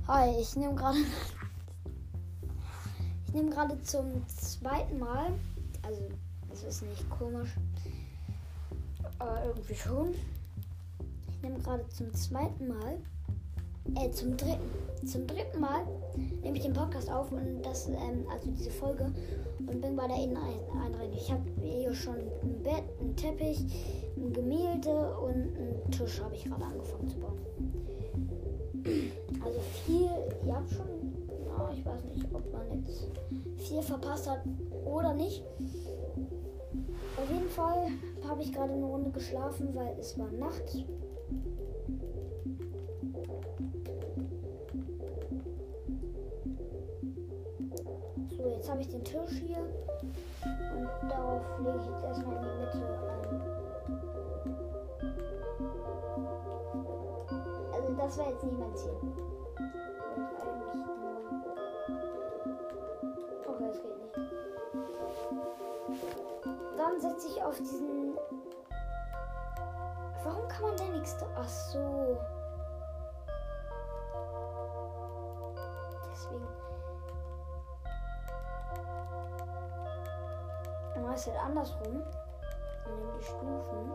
Hi, ich nehme gerade zum zweiten Mal, also es ist nicht komisch, aber irgendwie schon. Ich nehme gerade zum dritten Mal nehme ich den Podcast auf und das, also diese Folge, und bin bei der Inneneinrichtung. Ich habe hier schon ein Bett, einen Teppich, ein Gemälde und einen Tisch habe ich gerade angefangen zu bauen. Also viel, ihr habt schon, ich weiß nicht, ob man jetzt viel verpasst hat oder nicht. Auf jeden Fall habe ich gerade eine Runde geschlafen, weil es war Nacht. So, jetzt habe ich den Tisch hier und darauf lege ich jetzt erstmal in die Mitte ein. Also das war jetzt nicht mein Ziel. Okay, es geht nicht. Dann setze ich auf diesen... Warum kann man denn nichts... Ach so. Deswegen... Dann mache ich es halt andersrum. Und nehme die Stufen.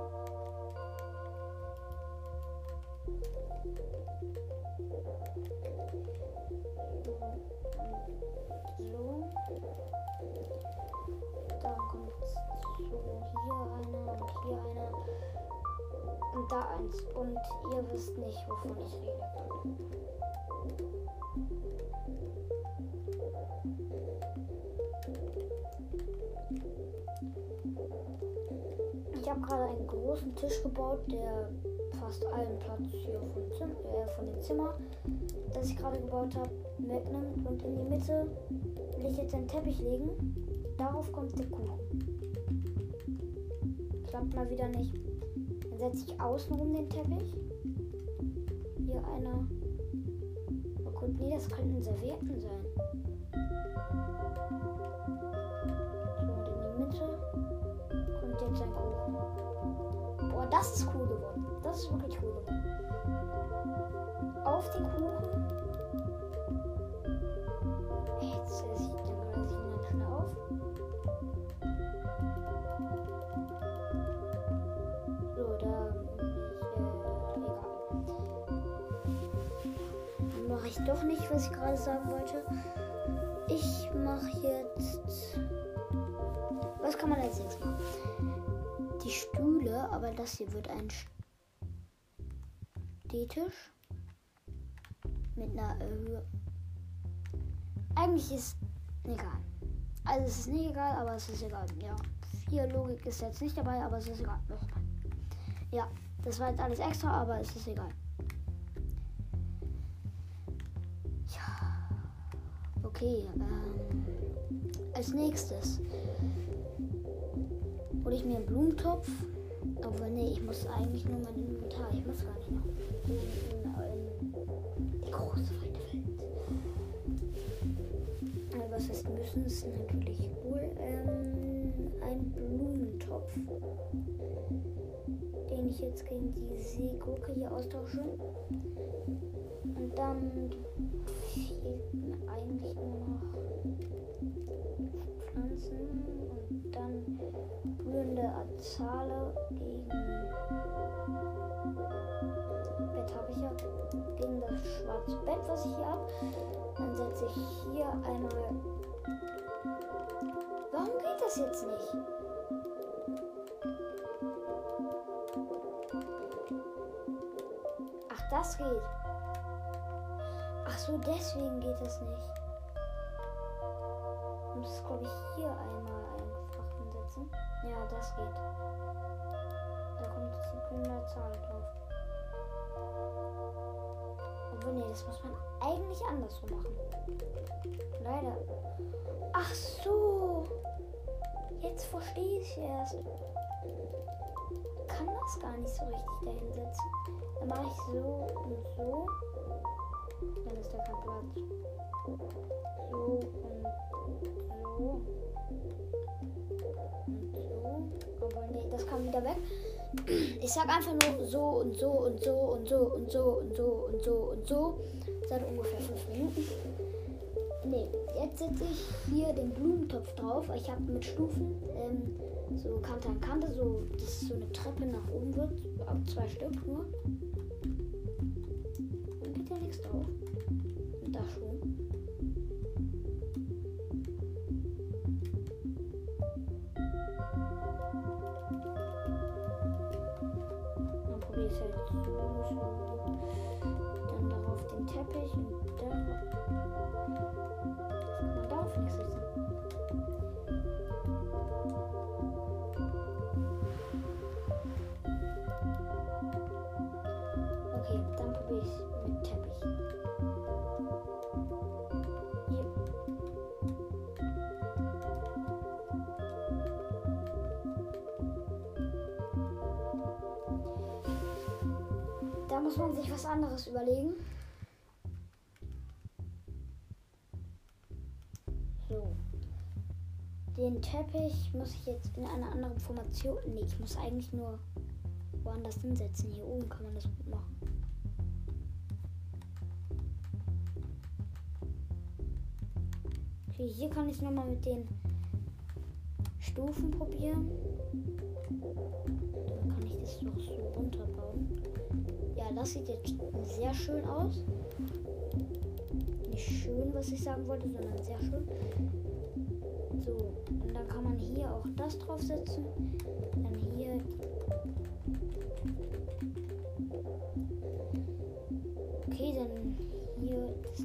So. Dann kommt so hier einer und hier einer. Und da eins. Und ihr wisst nicht, wovon ich rede. Ich habe gerade einen großen Tisch gebaut, der fast allen Platz hier von dem Zimmer, das ich gerade gebaut habe, wegnimmt. Und in die Mitte will ich jetzt einen Teppich legen. Darauf kommt der Kuchen. Klappt mal wieder nicht. Dann setze ich außenrum den Teppich. Hier einer. Oh gut, nee, das könnten Servietten sein. So, und in die Mitte kommt jetzt ein Kuchen. Boah, das ist cool geworden. Das ist wirklich cool geworden. Auf den Kuchen. Jetzt esse ich dann gleich ihn schnell auf. So, da egal. Dann mache ich doch nicht, was ich gerade sagen wollte. Ich mache jetzt... Was kann man als nächstes machen? Die Stühle, aber das hier wird ein Stehtisch mit einer Höhe. Eigentlich ist egal. Also es ist nicht egal, aber es ist egal. Ja, 4 Logik ist jetzt nicht dabei, aber es ist egal. Ja, das war jetzt alles extra, aber es ist egal. Ja, okay. Als nächstes hole ich mir einen Blumentopf. Aber nee, ich muss eigentlich nur mein Inventar. Ich muss gar nicht noch in die große weite Welt. Was heißt müssen? Ist natürlich wohl ein Blumentopf, den ich jetzt gegen die Seegurke hier austausche. Und dann fehlt mir eigentlich nur noch Pflanzen und dann blühende Azale gegen Bett habe ich ja, gegen das schwarze Bett, was ich hier habe. Dann setze ich hier einmal. Warum geht das jetzt nicht? Ach, das geht. Ach so, deswegen geht das nicht. Ich muss es, glaube ich, hier einmal einfach hinsetzen. Ja, das geht. Da kommt jetzt eine grüne Zahl drauf. Obwohl, nee, das muss man eigentlich andersrum machen. Leider. Ach so. Jetzt verstehe ich erst. Kann das gar nicht so richtig dahin setzen. Dann mache ich so und so. Dann ist da kein Platz. So und so. Und so. Aber nee, das kam wieder weg. Ich sag einfach nur so und so und so und so und so und so und so und so. Seit ungefähr 5 Minuten. Nee, jetzt setze ich hier den Blumentopf drauf. Ich habe mit Stufen so Kante an Kante, so dass so eine Treppe nach oben wird. Auf 2 Stück nur. Dann geht ja nichts drauf. Und da schon. Dann probiere ich es halt so. Dann darauf den Teppich und dann. Das kann man darauf nicht sitzen. Okay, dann probiere ich es mit Teppich. Hier. Da muss man sich was anderes überlegen. So. Den Teppich muss ich jetzt in einer anderen Formation. Nee, ich muss eigentlich nur woanders hinsetzen. Hier oben kann man das gut machen. Okay, hier kann ich es nochmal mit den Stufen probieren. Dann kann ich das doch so runterbauen. Ja, das sieht jetzt sehr schön aus. Nicht schön, was ich sagen wollte, sondern sehr schön. So, und dann kann man hier auch das draufsetzen. Dann hier. Okay, dann hier das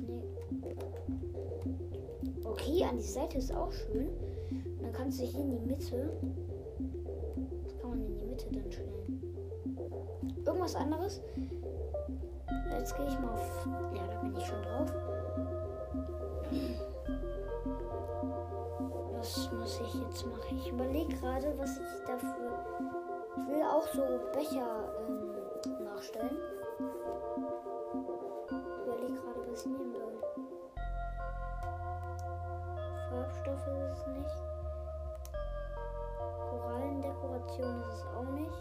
Okay, an die Seite ist auch schön. Und dann kannst du hier in die Mitte. Was kann man in die Mitte dann stellen? Irgendwas anderes. Jetzt gehe ich mal auf. Ja, da bin ich schon drauf. Was muss ich jetzt machen? Ich überlege gerade, was ich dafür. Ich will auch so Becher nachstellen. Ich überlege gerade, was ich nehmen soll. Farbstoffe ist es nicht. Korallendekoration ist es auch nicht.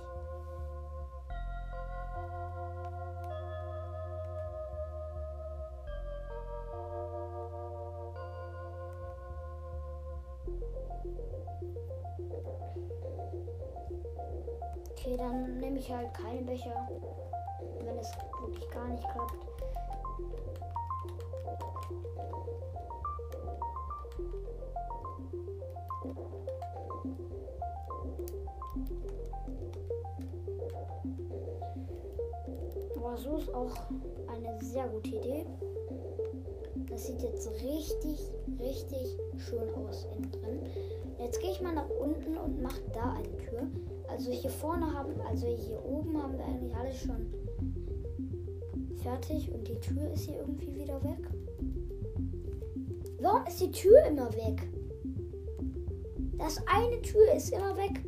Okay, dann nehme ich halt keine Becher, wenn es wirklich gar nicht klappt. Aber so ist auch eine sehr gute Idee. Das sieht jetzt richtig, richtig schön aus innen drin. Jetzt gehe ich mal nach unten und mache da eine Tür. Also hier vorne hier oben haben wir eigentlich alles schon fertig und die Tür ist hier irgendwie wieder weg. Warum ist die Tür immer weg? Das eine Tür ist immer weg.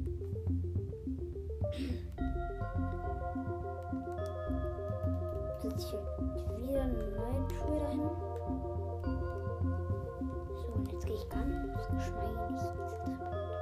Setze ich wieder eine neue Tür dahin. So, und jetzt gehe ich ganz geschmeidig diese Treppe.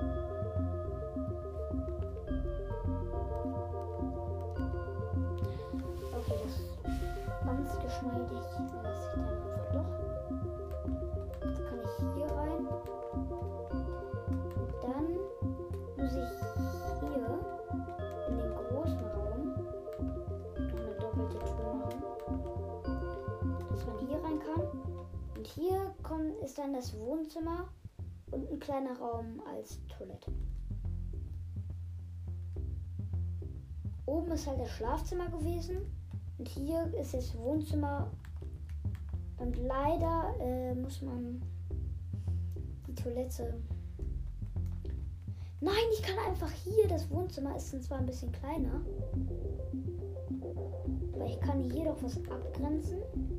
Okay, das ganz geschmeidig lasse ich dann einfach doch. Jetzt kann ich hier rein. Und dann muss ich hier in den großen Raum noch eine doppelte Tür machen, dass man hier rein kann. Und hier ist dann das Wohnzimmer und ein kleiner Raum als Toilette. Oben ist halt das Schlafzimmer gewesen. Und hier ist das Wohnzimmer. Und leider muss man die Toilette. Nein, ich kann einfach hier. Das Wohnzimmer ist zwar ein bisschen kleiner. Aber ich kann hier doch was abgrenzen.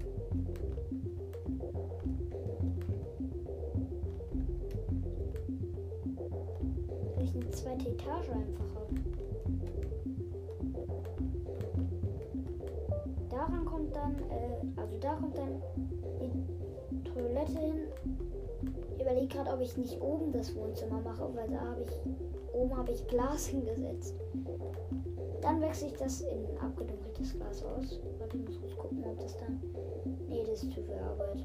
Weil ich eine zweite Etage einfach habe. Daran kommt kommt dann, da kommt dann die Toilette hin. Ich überlege gerade, ob ich nicht oben das Wohnzimmer mache, weil oben habe ich Glas hingesetzt. Dann wechsle ich das in ein abgedunkeltes Glas aus. Warte, ich muss kurz gucken, ob das dann... Nee, das ist zu viel Arbeit.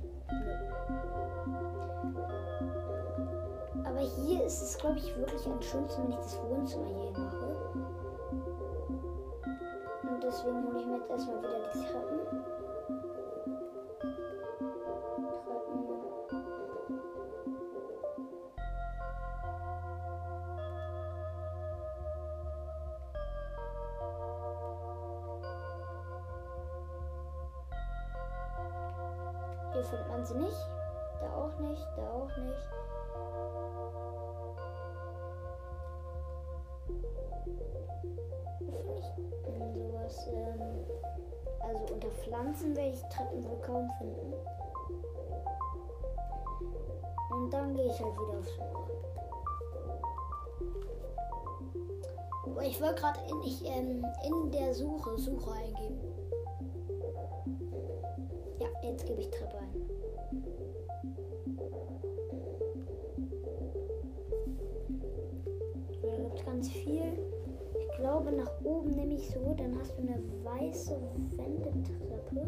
Aber hier ist es, glaube ich, wirklich am schönsten, wenn ich das Wohnzimmer hier mache. Und deswegen hole ich mir jetzt erstmal wieder die Treppen. Hier findet man sie nicht. Da auch nicht, da auch nicht. Wo finde ich denn sowas? Also unter Pflanzen werde ich Treppen wohl kaum finden. Und dann gehe ich halt wieder auf Suche. Aber ich wollte gerade in der Suche eingeben. Ja, jetzt gebe ich Treppe ein. Da gibt es ganz viel. Ich glaube, nach oben nehme ich so, dann hast du eine weiße Wendetreppe.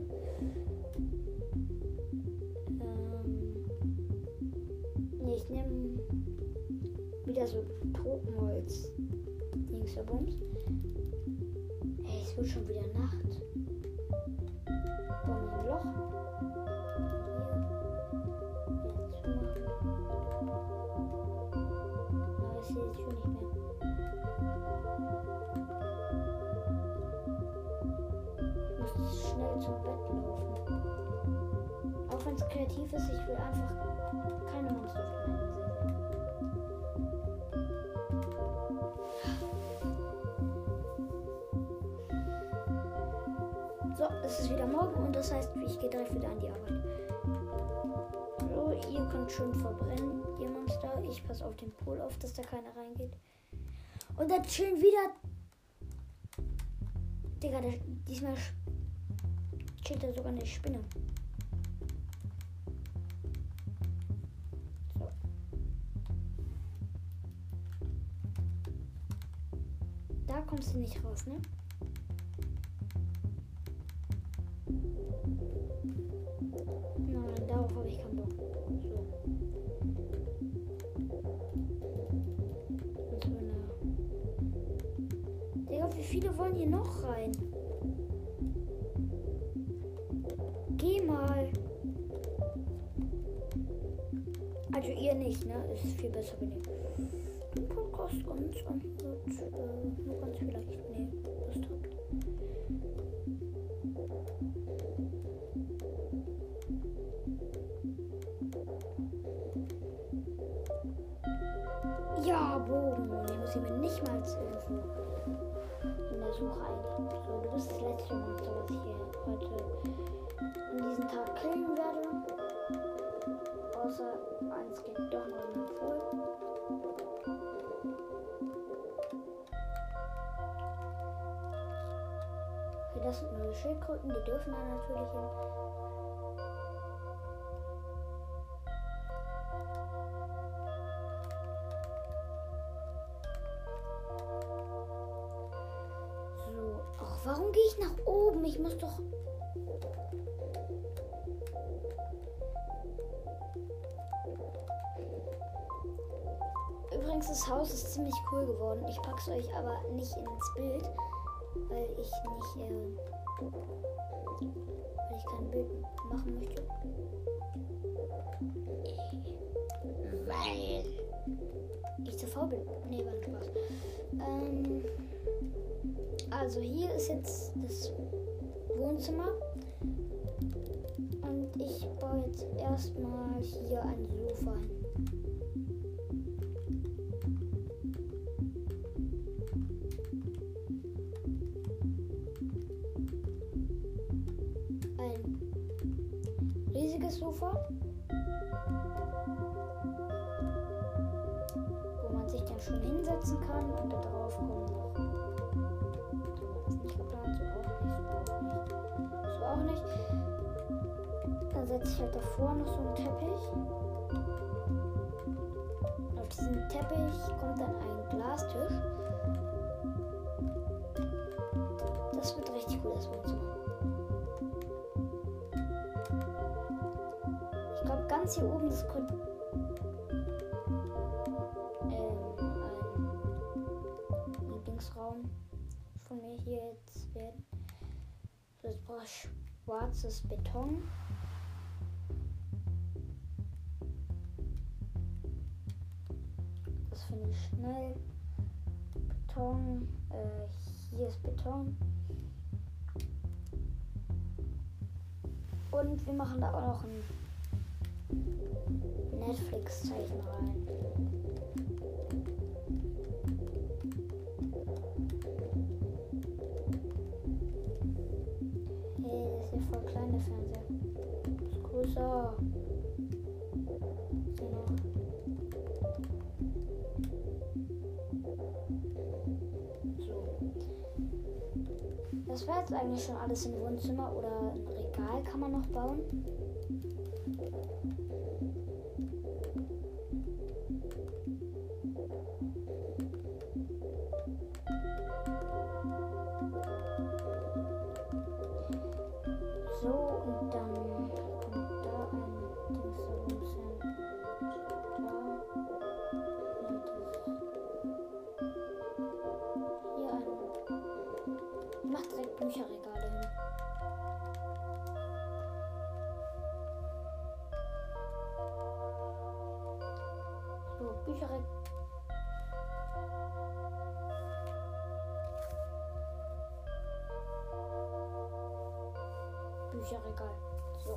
Nee, ich nehme wieder so Tropenholz. Dingsabums. Ey, es wird schon wieder Nacht. Bauen wir ein Loch. Ich sehe es schon nicht mehr. Ich muss schnell zum Bett laufen. Auch wenn es kreativ ist, ich will einfach keine Monster sehen. So, es ist wieder morgen und das heißt, ich gehe direkt wieder an die Arbeit. So, ihr könnt schön verbrennen, ihr Monster. Ich passe auf den Pool auf, dass da keiner reingeht. Und dann chillen wieder. Digga, diesmal chillt da sogar eine Spinne. So. Da kommst du nicht raus, ne? Nein, darauf habe ich keinen Bock. So. Digga, wie viele wollen hier noch rein? Geh mal. Also ihr nicht, ne? Es ist viel besser, wenn ihr den Podcast ganz anhört. Nur ganz vielleicht. Nee, Lust habt. Ja, Bogen. Ich muss mir nicht mal irgendwo in der Suche eingeben. So, du bist das letzte Monster, was ich hier heute an diesem Tag killen werde. Außer eins geht doch noch mal voll. Okay, das sind neue Schildkröten, die dürfen da natürlich hin. Warum gehe ich nach oben? Ich muss doch... Übrigens, das Haus ist ziemlich cool geworden. Ich pack's euch aber nicht ins Bild, weil ich nicht... weil ich kein Bild machen möchte. Weil ich zu faul bin. Nee, war ein Spaß. Also hier ist jetzt das Wohnzimmer und ich baue jetzt erstmal hier ein Sofa hin. Ein riesiges Sofa, wo man sich dann schon hinsetzen kann und da drauf kommen noch. So auch nicht. ich halt davor noch so einen Teppich. Auf diesen Teppich kommt dann ein Glastisch. Das wird richtig cool, das Wohnzimmer. Ich glaube, ganz hier oben, das könnte ein Lieblingsraum von mir hier jetzt werden. So, jetzt brauche ich schwarzes Beton. Das finde ich schnell. Beton. Hier ist Beton. Und wir machen da auch noch ein Netflix-Zeichen rein. Hey, das ist ja voll klein, der Fernseher. Das ist größer. So. Das war jetzt eigentlich schon alles im Wohnzimmer oder ein Regal kann man noch bauen. So, und dann kommt da ein Dings herum hin. Da. Hier ein. Ich mach direkt Bücherregale hin. So, Bücherregal. Bücherregal. So.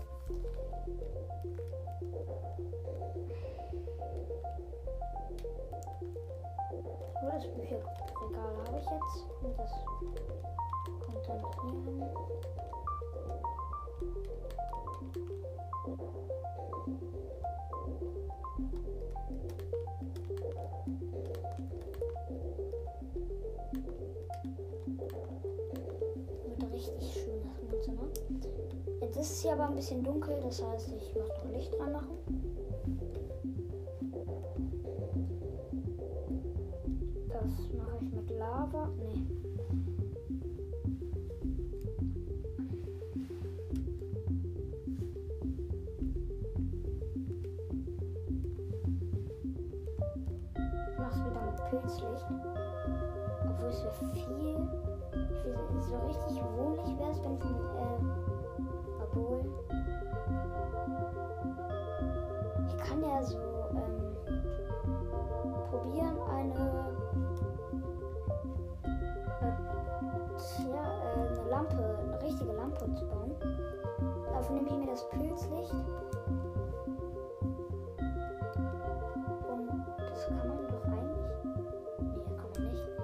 So, das Bücherregal habe ich jetzt. Und das kommt dann hier hin. Wird richtig schön, das Wohnzimmer. Jetzt ist es hier aber ein bisschen dunkel, das heißt, ich muss noch Licht dran machen. Das mache ich mit Lava. Nee. Ich mache es wieder mit Pilzlicht. Obwohl es wäre viel. Ich will so richtig wohnlich wäre es, wenn es obwohl. Ich kann ja so probieren, eine Lampe, eine richtige Lampe zu bauen. Dafür nehme ich mir das Pilzlicht. Und das kann man doch eigentlich. Nee, kann man nicht.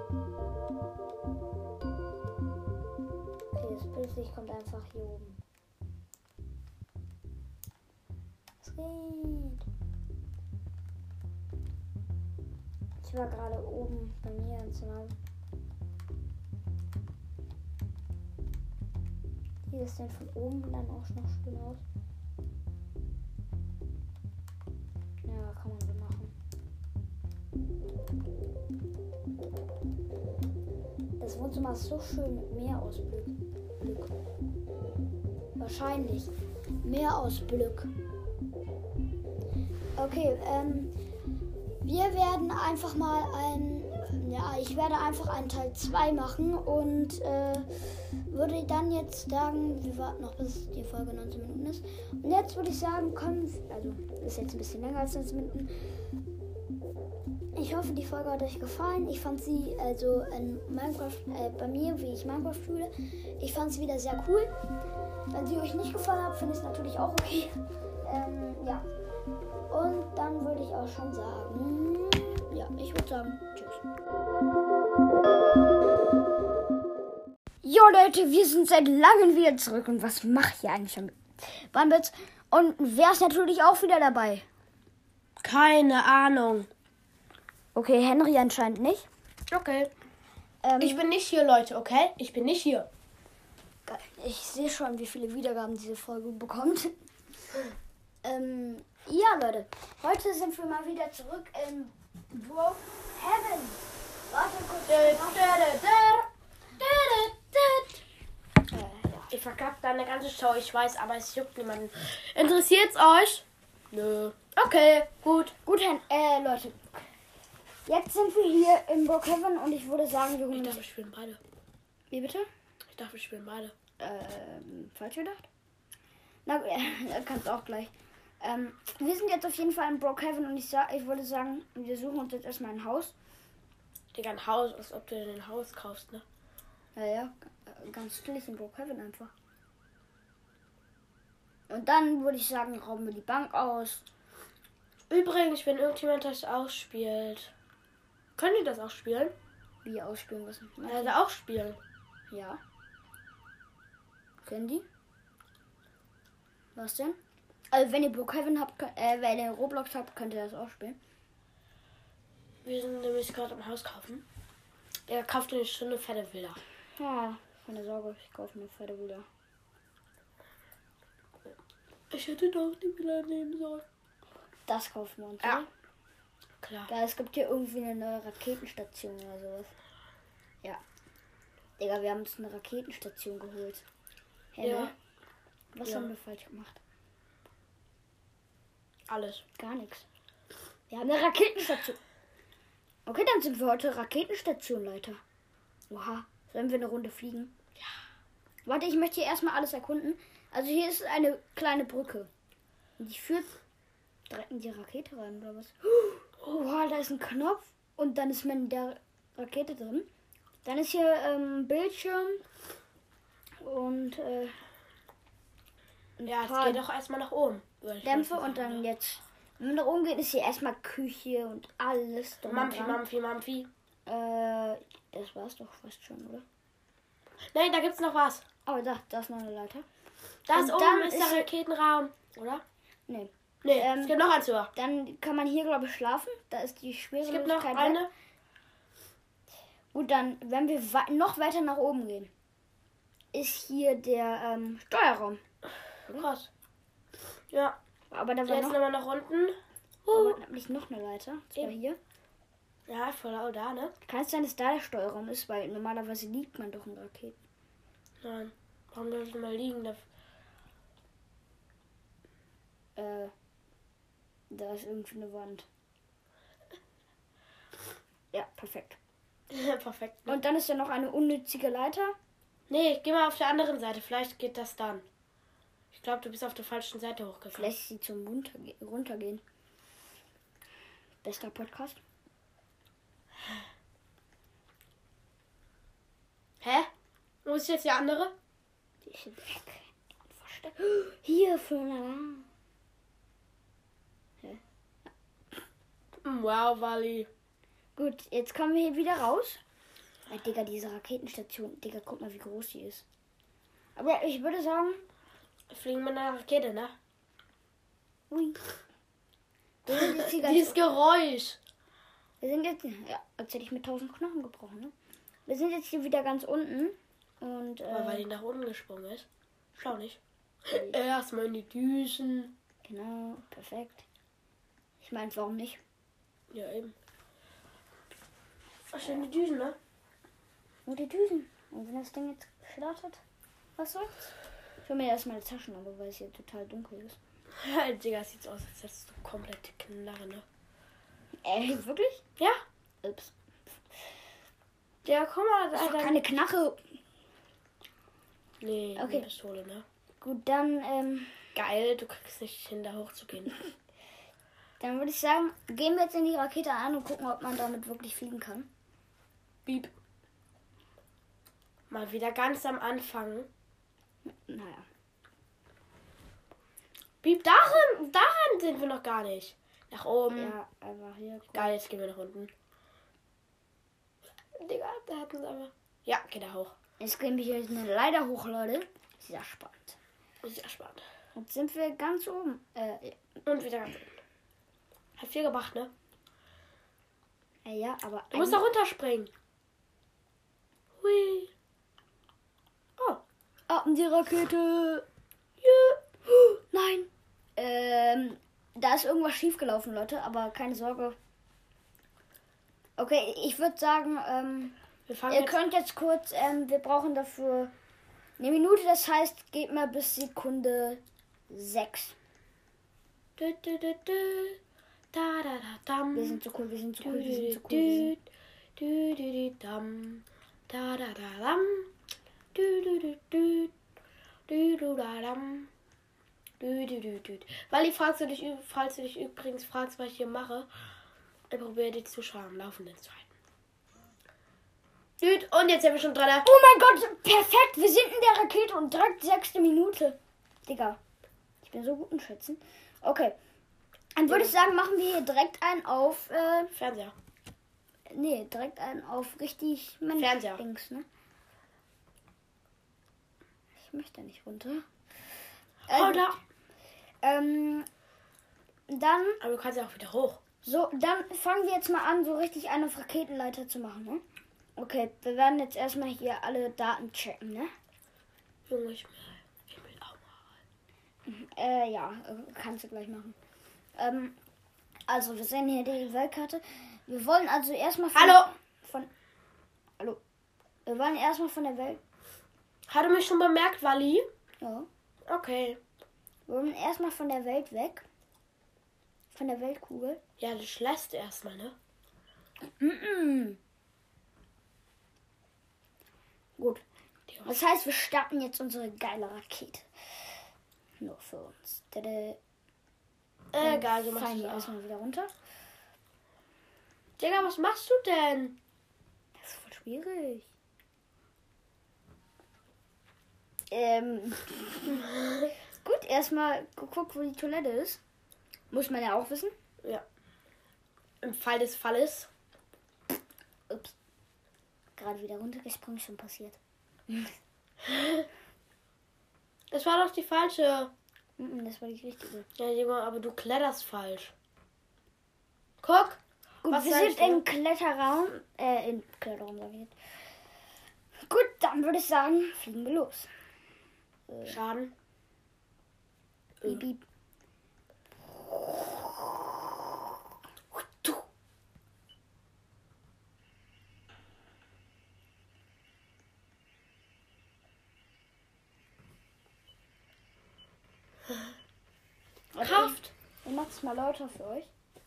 Okay, das Pilzlicht kommt einfach hier oben. Es geht. Ich war gerade oben bei mir im Zimmer. Sieht es denn von oben dann auch noch schön aus? Ja, kann man so machen. Das Wohnzimmer ist so schön mit Meerausblick. Wahrscheinlich Meerausblick. Okay, wir werden einfach mal ich werde einfach einen Teil 2 machen und würde dann jetzt sagen, wir warten noch bis die Folge 19 Minuten ist. Und jetzt würde ich sagen, ist jetzt ein bisschen länger als 19 Minuten. Ich hoffe, die Folge hat euch gefallen. Ich fand sie, in Minecraft, bei mir, wie ich Minecraft fühle, ich fand sie wieder sehr cool. Wenn sie euch nicht gefallen hat, finde ich es natürlich auch okay. Ja. Und dann würde ich auch schon sagen, ich würde sagen, tschüss. Jo Leute, wir sind seit langem wieder zurück. Und was mache ich hier eigentlich schon? Und wer ist natürlich auch wieder dabei? Keine Ahnung. Okay, Henry anscheinend nicht. Okay. Ich bin nicht hier, Leute, okay? Ich bin nicht hier. Ich sehe schon, wie viele Wiedergaben diese Folge bekommt. Ja, Leute. Heute sind wir mal wieder zurück in Broke Heaven. Warte kurz. Ich verkacke deine ganze Show, ich weiß, aber es juckt niemanden. Interessiert's euch? Nö. Okay, gut. Gut, Leute. Jetzt sind wir hier in Broke Heaven und ich würde sagen, wir Ich holen dachte, uns... wir spielen beide. Wie bitte? Ich dachte, wir spielen beide. Falsch gedacht? Na, kannst auch gleich. Wir sind jetzt auf jeden Fall in Broke Heaven und ich würde sagen, wir suchen uns jetzt erstmal ein Haus. Digga, ein Haus, als ob du dir ein Haus kaufst, ne? Ja, ganz chillig in Broke Heaven einfach. Und dann würde ich sagen, rauben wir die Bank aus. Übrigens, wenn irgendjemand das ausspielt, können die das auch spielen? Wie ausspielen, was nicht Also auch spielen. Ja. Können die? Was denn? Also wenn ihr Broke Heaven habt, wenn ihr Roblox habt, könnt ihr das auch spielen. Wir sind nämlich gerade am Haus kaufen. Er kauft eine schöne fette Villa. Ja, keine Sorge, ich kaufe eine fette Villa. Ich hätte doch die Villa nehmen sollen. Das kaufen wir uns, Ja. oder? Klar. Ja, es gibt hier irgendwie eine neue Raketenstation oder sowas. Ja. Digga, wir haben uns eine Raketenstation geholt. Hä, Ja. ne? Was Ja. haben wir falsch gemacht? Alles. Gar nichts. Wir haben eine Raketenstation. Okay, dann sind wir heute Raketenstationleiter. Oha. Sollen wir eine Runde fliegen? Ja. Warte, ich möchte hier erstmal alles erkunden. Also hier ist eine kleine Brücke. Und die führt direkt in die Rakete rein, oder was? Oha, da ist ein Knopf. Und dann ist man in der Rakete drin. Dann ist hier Bildschirm. Und ein Ja, paar es geht doch erstmal nach oben. würde ich Dämpfe mal und sagen, dann ne? jetzt... Wenn man nach oben geht, ist hier erstmal Küche und alles. drum und Mampfi, dran. Mampfi, Mampfi. Das war's doch fast schon, oder? Nein, da gibt's noch was. Oh, da ist noch eine Leiter. Da Und ist dann oben ist ist der Raketenraum, oder? Nee. Nee, es gibt noch eins höher. Dann kann man hier, glaube ich, schlafen. Da ist die Es gibt noch Schwerelosigkeit weg. eine. Gut, dann, wenn wir noch weiter nach oben gehen, ist hier der Steuerraum. Krass. Ja, Aber da war jetzt noch, nochmal nach unten. aber nämlich noch eine Leiter. Das war Eben. hier. Ja, voll auch da, ne? Kann es sein, dass da der Steuerraum ist, weil normalerweise liegt man doch in Raketen. Nein. Warum soll ich mal liegen? Da ist irgendwie eine Wand. Ja, perfekt. Perfekt. Ne? Und dann ist da noch eine unnützige Leiter. Nee, geh mal auf der anderen Seite. Vielleicht geht das dann. Ich glaube, du bist auf der falschen Seite hochgefahren. Vielleicht ist sie zum Runtergehen. Bester Podcast. Hä? Wo ist jetzt die andere? Die ist weg. Versteckt. Hier für einen Alarm. Wow, Wally. Gut, jetzt kommen wir hier wieder raus. Digga, diese Raketenstation. Digga, guck mal, wie groß die ist. Aber ich würde sagen... Fliegen mit einer Rakete, ne? Ui. Wir sind jetzt hier Dieses Geräusch. Wir sind jetzt... Ja, als hätte ich mit 1000 Knochen gebrochen, ne? Wir sind jetzt hier wieder ganz unten. Und... Weil die nach unten gesprungen ist. Schau nicht. Erstmal in die Düsen. Genau, perfekt. Ich meine, warum nicht? Ja, eben. Ach, schön die Düsen, ne? Nur die Düsen. Und wenn das Ding jetzt startet, was soll's? Ich hol mir erstmal eine Taschenlampe, weil es hier total dunkel ist. Ja, Digga, sieht aus, als hättest du komplett die Knarre, ne? Wirklich? Ja. Ups. Ja, guck mal. Das ist doch keine Knarre. Nee, Okay. eine Pistole, ne? Gut, dann, Geil, du kriegst nicht hin, da hochzugehen. dann würde ich sagen, gehen wir jetzt in die Rakete an und gucken, ob man damit wirklich fliegen kann. Piep. Mal wieder ganz am Anfang. Naja. Piep, daran sind wir noch gar nicht. Nach oben. Ja, einfach hier. Geil, jetzt gehen wir nach unten. Digga, da hatten sie aber. Ja, geht da hoch. Jetzt gehen wir hier eine Leiter hoch, Leute. Sehr spannend. Sehr spannend. Jetzt sind wir ganz oben. Und wieder ganz unten. Hat viel gemacht, ne? Ja, aber... Du musst da runterspringen. Hui. Oh. Ab in die Rakete. Ja. Nein. Da ist irgendwas schiefgelaufen, Leute, aber keine Sorge. Okay, ich würde sagen, ihr könnt jetzt kurz, wir brauchen dafür eine Minute, das heißt, geht mal bis Sekunde 6. Wir sind so cool, wir sind so cool, wir sind so cool. Wally, falls du dich übrigens fragst, was ich hier mache, dann probiere die Zuschauer am Laufenden zu halten. Und jetzt sind wir schon dran. Oh mein Gott, perfekt, wir sind in der Rakete und direkt 6. Minute. Digga, ich bin so gut in Schätzen. Okay, dann würde ich sagen, machen wir hier direkt einen auf... Fernseher. Nee, direkt einen auf richtig... Fernseher. Dings, ne? Ich möchte nicht runter. Da. Dann... Aber du kannst ja auch wieder hoch. So, dann fangen wir jetzt mal an, so richtig einen auf Raketenleiter zu machen, ne? Okay, wir werden jetzt erstmal hier alle Daten checken, ne? Junge, ich will auch mal. Ja, kannst du gleich machen. Also, wir sehen hier die Weltkarte. Wir wollen also erstmal Hallo! Hallo. Wir wollen erstmal von der Welt... Hat er mich schon bemerkt, Wally? Ja. Okay. Wir wollen erstmal von der Welt weg. Von der Weltkugel. Ja, das lässt erstmal, ne? Gut. Das heißt, wir starten jetzt unsere geile Rakete. Nur für uns. Egal, du machst fallen es wir auch. erstmal wieder runter. Digga, was machst du denn? Das ist voll schwierig. Gut, erstmal geguckt, wo die Toilette ist. Muss man ja auch wissen. Ja. Im Fall des Falles. Ups. Gerade wieder runtergesprungen, schon passiert. Das war doch die falsche. Das war die richtige. Ja, Junge, aber du kletterst falsch. Guck. Gut, was wir sag sind ich dir? im Kletterraum. Im Kletterraum, sag ich jetzt. Gut, dann würde ich sagen, fliegen wir los. Schaden. Piep, piep. Kraft. Ich mach's mal lauter für euch.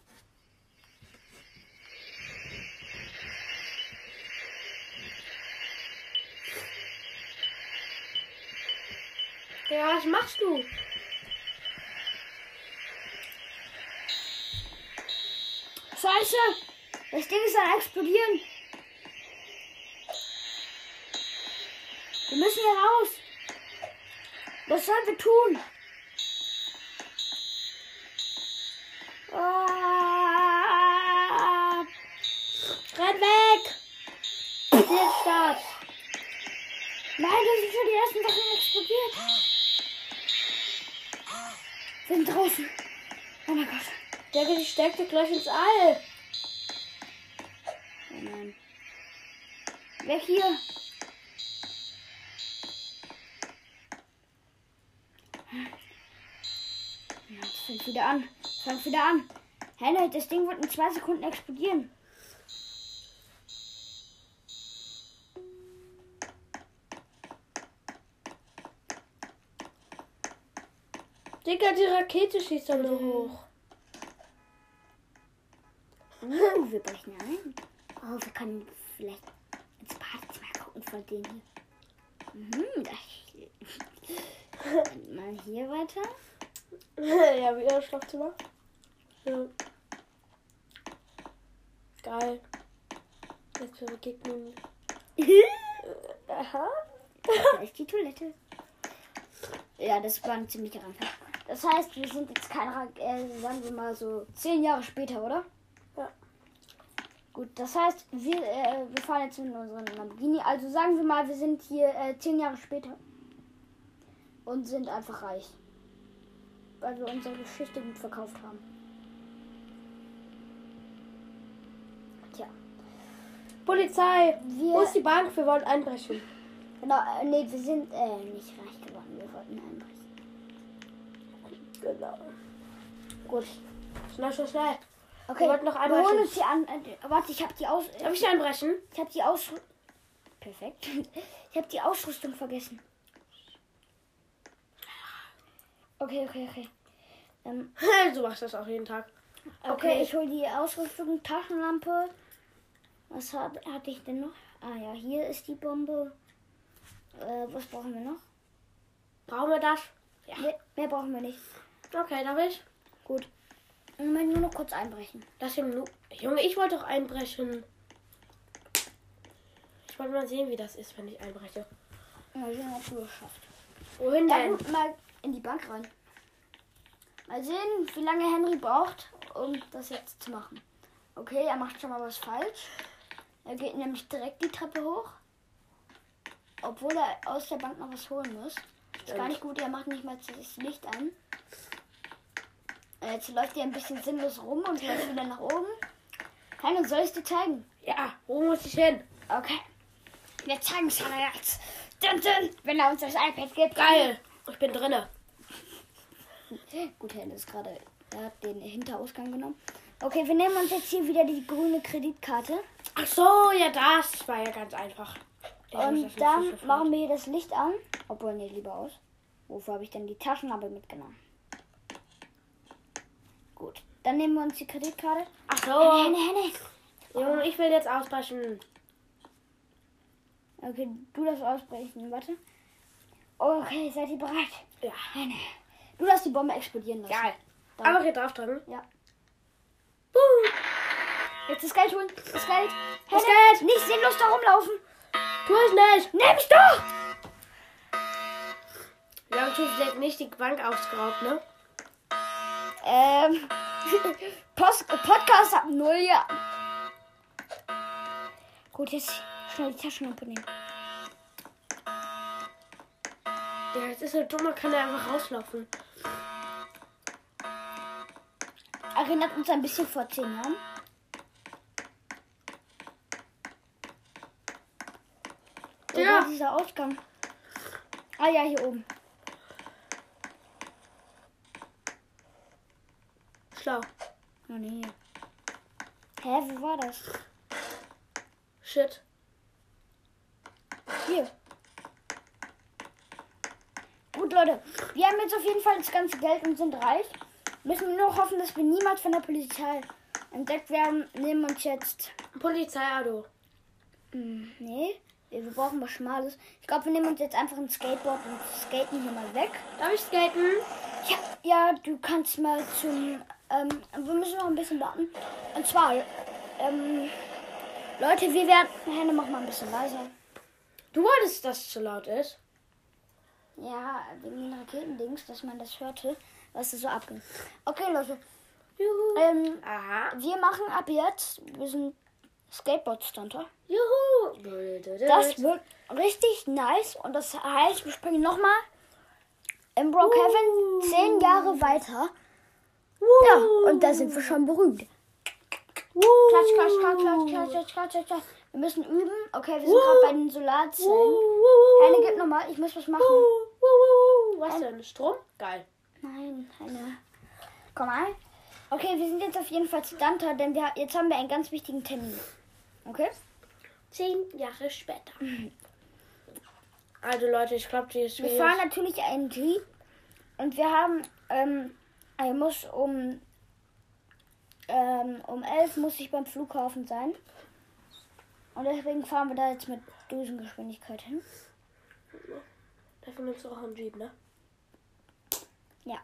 Ja, was machst du? Scheiße! Das Ding ist am Explodieren. Wir müssen hier raus. Was sollen wir tun? Ah, Renn weg! Start. nein, da sind schon die ersten Sachen explodiert. Wir sind draußen. Oh mein Gott. Digga, die steckte gleich ins All. Oh nein. Weg hier. Es fängt wieder an. Henry, das Ding wird in 2 Sekunden explodieren. Digga, die Rakete schießt dann so hoch. Wir brechen ein. Oh, wir können vielleicht ins Badezimmer gucken von denen hier. Mal hier weiter. Ja, wieder Schlafzimmer. Ja. Geil. Jetzt für Begegnungen. Aha. Da ist die Toilette. Ja, das war ein ziemlicher Anfang. Das heißt, wir sind jetzt sagen wir mal so 10 Jahre später, oder? Ja. Gut, das heißt, wir fahren jetzt mit unserem Lamborghini. Also sagen wir mal, wir sind hier 10 Jahre später. Und sind einfach reich. Weil wir unsere Geschichte gut verkauft haben. Tja. Polizei! Wir- Wo ist die Bank? Wir wollen einbrechen. Genau, nee, wir sind nicht reich geworden. Wir wollten einbrechen. Genau. Gut. Schnell, schnell, schnell. Okay, Wir wollten noch wir einmal holen uns die an. Warte, ich habe die Aus. Darf ich einbrechen? Ich habe die Aus. Perfekt. Ich habe die Ausrüstung vergessen. Okay. Du machst das auch jeden Tag. Okay, ich hole die Ausrüstung, Taschenlampe. Was hatte ich denn noch? Ah ja, hier ist die Bombe. Was brauchen wir noch? Brauchen wir das? Ja. Nee, mehr brauchen wir nicht. Okay, darf ich? Gut. Moment, nur noch kurz einbrechen. Das hier Junge, ich wollte doch einbrechen. Ich wollte mal sehen, wie das ist, wenn ich einbreche. Mal sehen, ob du es schaffst. Wohin Ja, denn? gut, mal in die Bank rein. Mal sehen, wie lange Henry braucht, um das jetzt zu machen. Okay, er macht schon mal was falsch. Er geht nämlich direkt die Treppe hoch. Obwohl er aus der Bank noch was holen muss. Ist gar nicht gut, er macht nicht mal das Licht an. Jetzt läuft er ein bisschen sinnlos rum und läuft wieder nach oben. Henry, soll ich es dir zeigen? Ja, wo muss ich hin? Okay. Wir zeigen es Henry jetzt. Dun, dun, wenn er uns das iPad gibt. Geil. Ich bin drinne. Gut, er ist gerade. Er hat den Hinterausgang genommen. Okay, wir nehmen uns jetzt hier wieder die grüne Kreditkarte. Ach so, ja, das war ja ganz einfach. Und dann machen wir hier das Licht an. Obwohl, nee, lieber aus. Wofür habe ich denn die Taschenlampe mitgenommen? Gut. Dann nehmen wir uns die Kreditkarte. Ach so. Henne. Junge, ich will jetzt ausbrechen. Okay, du darfst ausbrechen. Warte. Okay, seid ihr bereit? Ja. Henne. Du darfst die Bombe explodieren lassen. Geil. Dann. Einfach hier drauf drücken. Ja. Boom. Jetzt das Geld holen. Das Geld. Das Henne, Geld. nicht sinnlos da rumlaufen. Tu ich nicht. Nimm's doch! Wir haben jetzt nicht die Bank ausgeraubt, ne? Podcast ab 0, ja. Gut, jetzt schnell die Taschenlampe nehmen. Ja, jetzt ist er dumm, man kann ja einfach rauslaufen. Erinnert uns ein bisschen vor 10 Jahren. Wo Ja. war dieser Ausgang? Ah ja, hier oben. Schlau. Oh nee. Hä, wo war das? Shit. Hier. Gut, Leute. Wir haben jetzt auf jeden Fall das ganze Geld und sind reich. Müssen wir nur hoffen, dass wir niemals von der Polizei entdeckt werden. Nehmen uns jetzt... Polizeiauto. Nee, wir brauchen was Schmales. Ich glaube, wir nehmen uns jetzt einfach ein Skateboard und skaten hier mal weg. Darf ich skaten? Ja, du kannst mal zum... wir müssen noch ein bisschen warten. Und zwar... Leute, wir werden... Hände, mach mal ein bisschen leiser. Du wolltest, dass es zu laut ist? Ja, wegen den Raketendings, dass man das hörte, was da so abging. Okay, Leute. Juhu. Aha. Wir machen ab jetzt... Wir sind Skateboard-Stunter. Juhu. Das wird richtig nice. Und das heißt, wir springen nochmal im Brookhaven 10 Jahre weiter. Ja, und da sind wir schon berühmt. Klatsch, klatsch, klatsch, klatsch, klatsch, klatsch, klatsch, klatsch. Wir müssen üben. Okay, wir sind gerade bei den Solarzellen. Heine, gib nochmal. Ich muss was machen. Was denn? Strom? Geil. Nein, Heine. Komm mal. Okay, wir sind jetzt auf jeden Fall Stunter, denn jetzt haben wir einen ganz wichtigen Termin. Okay? 10 Jahre später. Also Leute, ich glaube, die ist Wir fahren natürlich einen Jeep. Und wir haben, er muss um 11 muss ich beim Flughafen sein. Und deswegen fahren wir da jetzt mit Düsengeschwindigkeit hin. Dafür nimmst du auch einen Jeep, ne? Ja.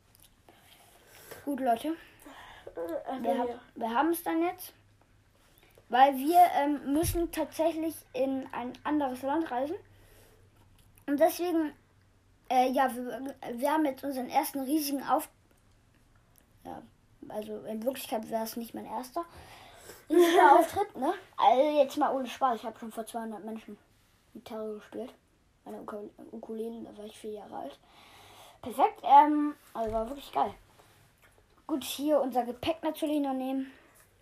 Gut, Leute. Wir haben es dann jetzt. Weil wir müssen tatsächlich in ein anderes Land reisen. Und deswegen, wir haben jetzt unseren ersten riesigen Ja, also in Wirklichkeit wäre es nicht mein erster riesiger Auftritt, ne? Also jetzt mal ohne Spaß. Ich habe schon vor 200 Menschen Gitarre gespielt. Meine Ukulele, da war ich 4 Jahre alt. Perfekt, also war wirklich geil. Gut, hier unser Gepäck natürlich noch nehmen.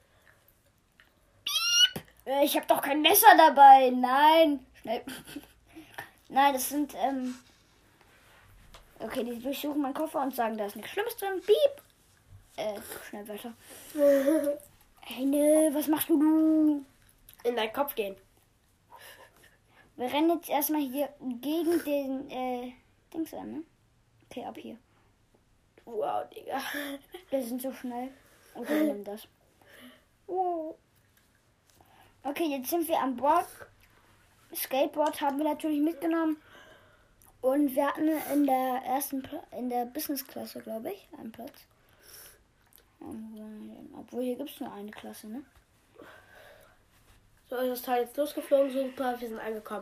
Ich habe doch kein Messer dabei. Nein. Schnell. Nein, das sind Okay, die durchsuchen meinen Koffer und sagen, da ist nichts Schlimmes drin. Piep! Schnell weiter. Hey, ne, was machst du? In deinen Kopf gehen. Wir rennen jetzt erstmal hier gegen den, Dings an, ne? Okay, ab hier. Wow, Digga. Wir sind so schnell. Okay, wir nehmen das. Wow. Okay, jetzt sind wir an Bord. Skateboard haben wir natürlich mitgenommen. Und wir hatten in der in der Business-Klasse, glaube ich, einen Platz. Obwohl, hier gibt es nur eine Klasse, ne? So ist das Teil jetzt losgeflogen. Super, wir sind angekommen.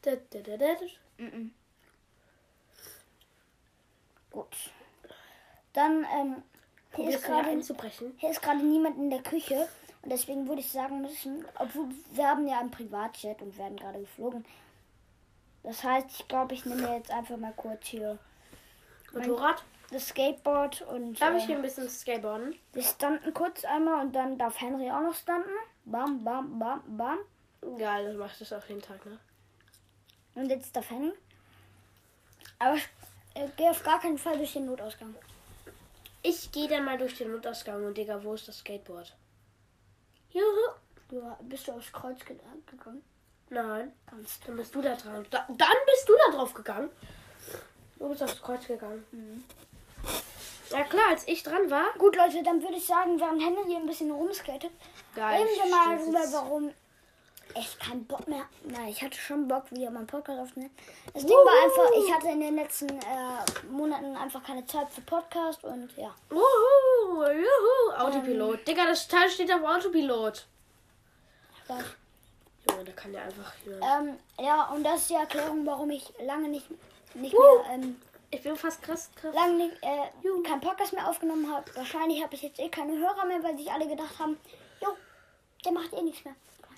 Gut. Dann, hier ist gerade niemand in der Küche. Und deswegen würde ich sagen müssen, obwohl wir haben ja einen Privatjet und werden gerade geflogen. Das heißt, ich glaube, ich nehme jetzt einfach mal kurz hier Motorrad. Das Skateboard und... Darf ich hier ein bisschen skateboarden? Wir stunten kurz einmal und dann darf Henry auch noch stunten. Bam, bam, bam, bam. Geil, das macht das auch jeden Tag, ne? Und jetzt darf Henry. Aber geh auf gar keinen Fall durch den Notausgang. Ich gehe dann mal durch den Notausgang und Digga, wo ist das Skateboard? Juhu. Bist du aufs Kreuz gegangen? Nein. Kannst. Dann bist du da dran. Dann bist du da drauf gegangen. Du bist aufs Kreuz gegangen. Mhm. Ja klar, als ich dran war. Gut, Leute, dann würde ich sagen, während Henry hier ein bisschen rumskatet, Geil. reden wir mal drüber, warum ich keinen Bock mehr... Nein, ich hatte schon Bock, wieder meinen Podcast aufzunehmen. Das Ding war einfach, ich hatte in den letzten Monaten einfach keine Zeit für Podcast und ja. Juhu. Autopilot. Digga, das Teil steht auf Autopilot. Ja. Junge, da kann ja einfach jemand... Ja, und das ist die Erklärung, warum ich lange nicht mehr... ich bin fast krass. Lange nicht, keinen Podcast mehr aufgenommen habe. Wahrscheinlich habe ich jetzt eh keine Hörer mehr, weil sich alle gedacht haben, jo, der macht eh nichts mehr.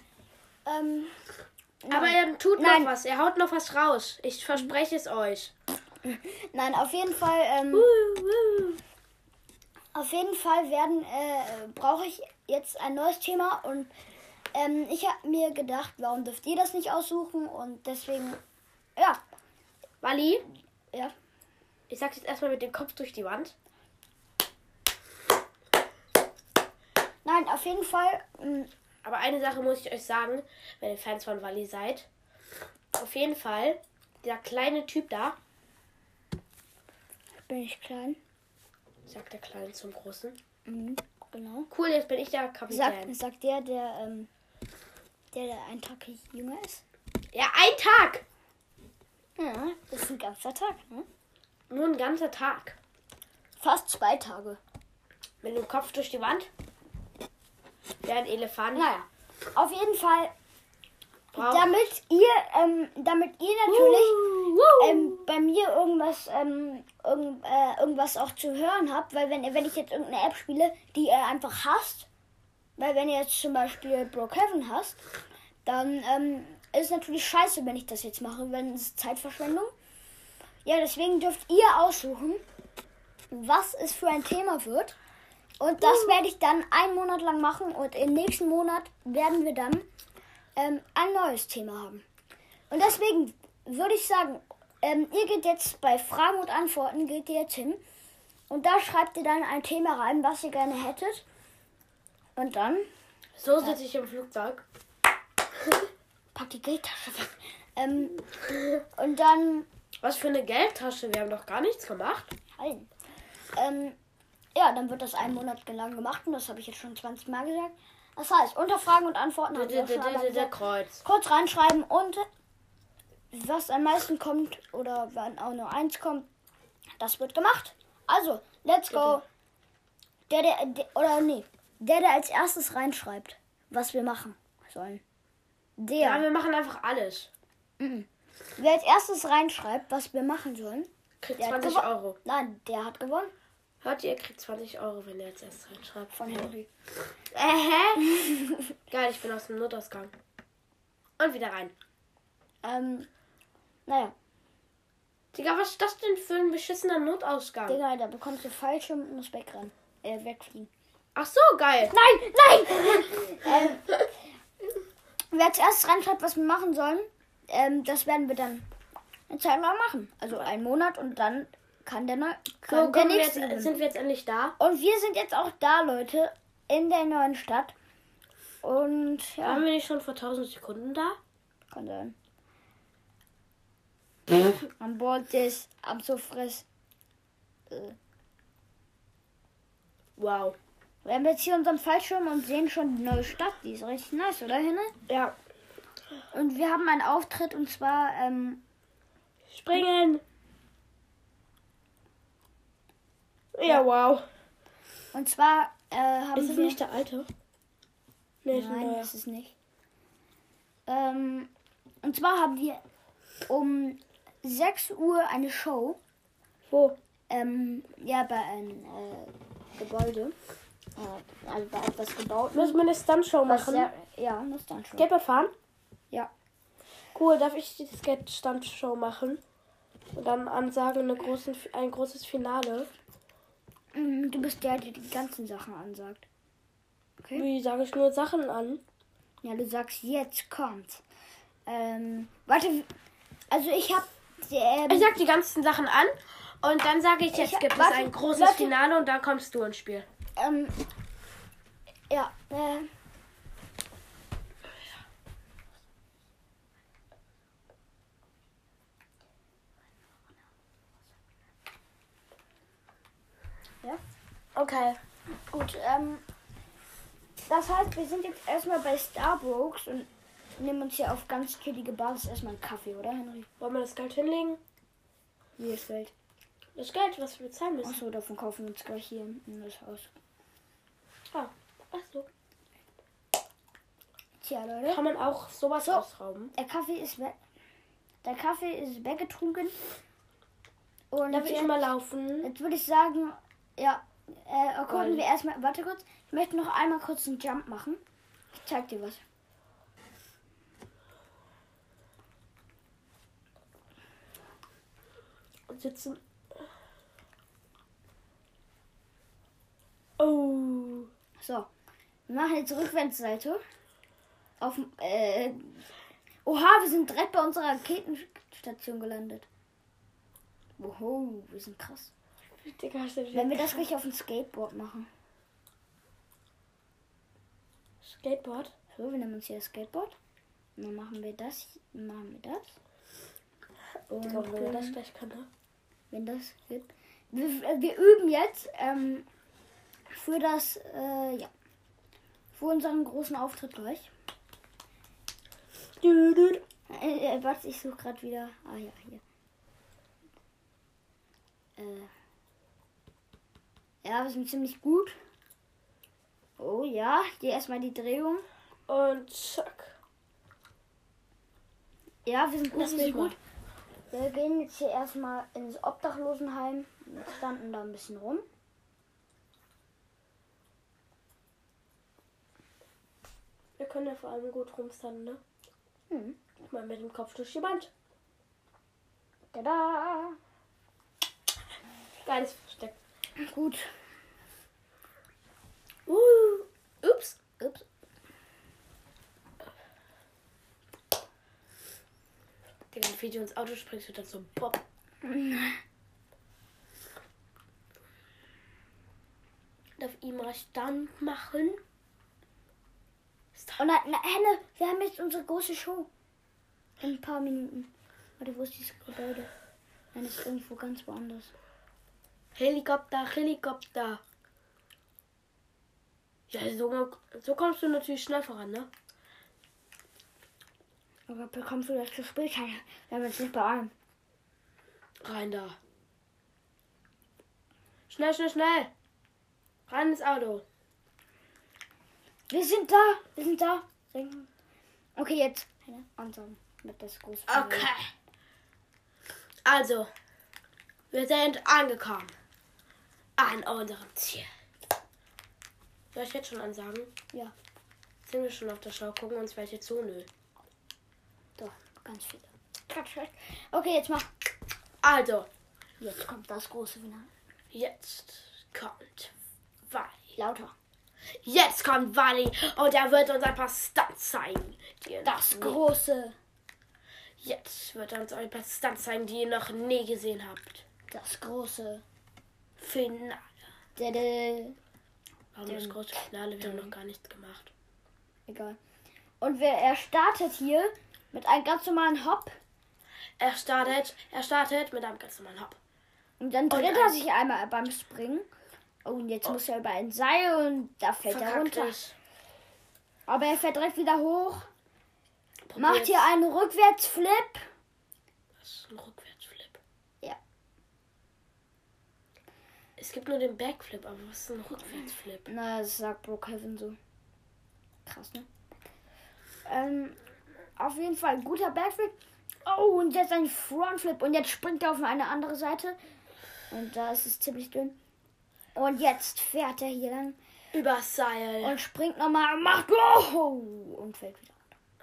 Aber er tut noch was. Er haut noch was raus. Ich verspreche es euch. Nein, auf jeden Fall, brauche ich jetzt ein neues Thema und ich habe mir gedacht, warum dürft ihr das nicht aussuchen und deswegen, ja. Wally? Ja. Ich sag's jetzt erstmal mit dem Kopf durch die Wand. Nein, auf jeden Fall. Aber eine Sache muss ich euch sagen, wenn ihr Fans von Wally seid. Auf jeden Fall, der kleine Typ da. Bin ich klein? Sagt der Kleine zum Großen. Mhm, genau. Cool, jetzt bin ich der Kapitän. Sagt der einen Tag jünger ist? Ja, ein Tag! Ja, das ist ein ganzer Tag, ne? Nur ein ganzer Tag. Fast 2 Tage. Mit dem Kopf durch die Wand. Wie ein Elefant. Naja, auf jeden Fall, damit ihr natürlich bei mir irgendwas auch zu hören habt, weil wenn ich jetzt irgendeine App spiele, die ihr einfach hasst, weil wenn ihr jetzt zum Beispiel Brookhaven hasst, dann ist es natürlich scheiße, wenn ich das jetzt mache, wenn es Zeitverschwendung. Ja, deswegen dürft ihr aussuchen, was es für ein Thema wird. Und das werde ich dann einen Monat lang machen und im nächsten Monat werden wir dann ein neues Thema haben. Und deswegen würde ich sagen, ihr geht jetzt bei Fragen und Antworten, geht ihr jetzt hin und da schreibt ihr dann ein Thema rein, was ihr gerne hättet. Und dann... So sitze ich im Flugzeug. Pack die Geldtasche weg. Und dann... Was für eine Geldtasche? Wir haben doch gar nichts gemacht. Nein. Ja, dann wird das einen Monat lang gemacht und das habe ich jetzt schon 20 Mal gesagt. Das heißt, unter Fragen und Antworten Kreuz. Kurz reinschreiben und was am meisten kommt oder wenn auch nur 1 kommt, das wird gemacht. Also, let's go. Der als erstes reinschreibt, was wir machen sollen. Ja, wir machen einfach alles. Wer als erstes reinschreibt, was wir machen sollen, kriegt 20 Euro. Nein, der hat gewonnen. Hört ihr, kriegt 20 Euro, wenn ihr jetzt erst reinschreibt. Von Henry. Geil, ich bin aus dem Notausgang. Und wieder rein. Naja. Digga, was ist das denn für ein beschissener Notausgang? Digga, da bekommst du Fallschirm und musst wegrennen. Wegfliegen. Ach so, geil. Nein! Wer als erstes reinschreibt, was wir machen sollen, das werden wir dann eine Zeit lang machen. Also einen Monat und dann kann der So, nächste gewinnen. sind wir jetzt endlich da. Und wir sind jetzt auch da, Leute, in der neuen Stadt. Und ja, Waren wir nicht schon vor 1000 Sekunden da? kann sein. An Bord des Amtsofres. Wow. Wir haben jetzt hier unseren Fallschirm und sehen schon die neue Stadt. Die ist richtig nice, oder, Hinne? Ja. Und wir haben einen Auftritt und zwar, Springen. Ja, wow. und zwar haben Ist es wir... nicht der alte? Nee, Nein, das ist nicht. Und zwar haben wir um 6 Uhr eine Show. Wo? Ja, bei einem Gebäude. Also bei etwas gebaut. Müssen wir eine Stuntshow machen? Ja, eine Stuntshow. Skateboard fahren? Ja. Cool, darf ich die Skate-Stuntshow machen? Und dann ansagen, ein großes Finale. Du bist der die ganzen Sachen ansagt. Okay? Wie sage ich nur Sachen an? Ja, du sagst, jetzt kommt. Warte, also ich habe... Ich sag die ganzen Sachen an und dann sage ich, jetzt gibt es ein großes Finale und dann kommst du ins Spiel. Ja, ja. Okay. Gut, das heißt, wir sind jetzt erstmal bei Starbucks und nehmen uns hier auf ganz chillige Basis erstmal einen Kaffee, oder, Henry? Wollen wir das Geld hinlegen? Hier ist Geld. Das Geld, was wir bezahlen müssen. Achso, davon kaufen wir uns gleich hier in das Haus. Achso. Tja, Leute. Kann man auch sowas So. ausrauben? Der Kaffee ist weggetrunken. Und Darf ich mal laufen? jetzt würde ich sagen, ja, erkunden wir erstmal, warte kurz, ich möchte noch einmal kurz einen Jump machen. Ich zeig dir was. Und sitzen. Oh. So, wir machen jetzt Rückwärtsseite. Oha, wir sind direkt bei unserer Raketenstation gelandet. Oho, wir sind krass. Digga, Wenn wir das gleich auf dem Skateboard machen. Skateboard? So, wir nehmen uns hier das Skateboard. Und dann machen wir das. Und Digga, wenn wir das gleich können. wenn das geht. Wir üben jetzt für das, für unseren großen Auftritt gleich. Warte, ich suche gerade wieder. Ah ja, hier. Ja, wir sind ziemlich gut. Oh ja, hier erstmal die Drehung. Und zack. Ja, wir sind gut, Lass wir mich sind gut. Wir gehen jetzt hier erstmal ins Obdachlosenheim. Wir standen da ein bisschen rum. Wir können ja vor allem gut rumstanden, ne? Mal mit dem Kopf durch die Wand. Tada! Geiles Versteck. Gut. Ups. Digga, wenn du ins Auto springst, wird das so bob. Darf ich mal Stand machen? Und Henne, wir haben jetzt unsere große Show. In ein paar Minuten. Warte, wo ist dieses Gebäude? Nein, das ist irgendwo ganz woanders. Helikopter. Ja, so kommst du natürlich schnell voran, ne? Aber bekommst du das zu spät? Wir haben jetzt nicht beeilen. Rein da. Schnell. Rein ins Auto. Wir sind da. Okay, jetzt. Ansagen mit das große. Okay. Also, wir sind angekommen. An unserem Ziel. Soll ich jetzt schon ansagen? Ja, Sind wir schon auf der Show? Gucken uns welche zu? Nö. doch, ganz viele. Okay, jetzt mach. Also, Jetzt kommt das große Finale. jetzt kommt Wally. Lauter. Jetzt kommt Wally und er wird uns ein paar Stunts zeigen. Das große. Jetzt wird er uns ein paar Stunts zeigen, die ihr noch nie gesehen habt. Das große Finale. Dede. Warum das große Finale? Wir haben noch gar nichts gemacht. Egal. Und er startet hier mit einem ganz normalen Hop. Er startet mit einem ganz normalen Hop. Und dann dreht er sich einmal beim Springen. Oh, und jetzt muss er über ein Seil und da fällt er runter. Aber er fährt direkt wieder hoch. Macht hier einen Rückwärtsflip. Was ist ein Rückwärtsflip? Ja. Es gibt nur den Backflip, aber was ist ein Rückwärtsflip? Na, das sagt Brookhaven so. Krass, ne? Auf jeden Fall ein guter Backflip. Oh, und jetzt ein Frontflip. Und jetzt springt er auf eine andere Seite. Und da ist es ziemlich dünn. Und jetzt fährt er hier lang. Übers Seil. Und springt nochmal und macht. Oh, und fällt wieder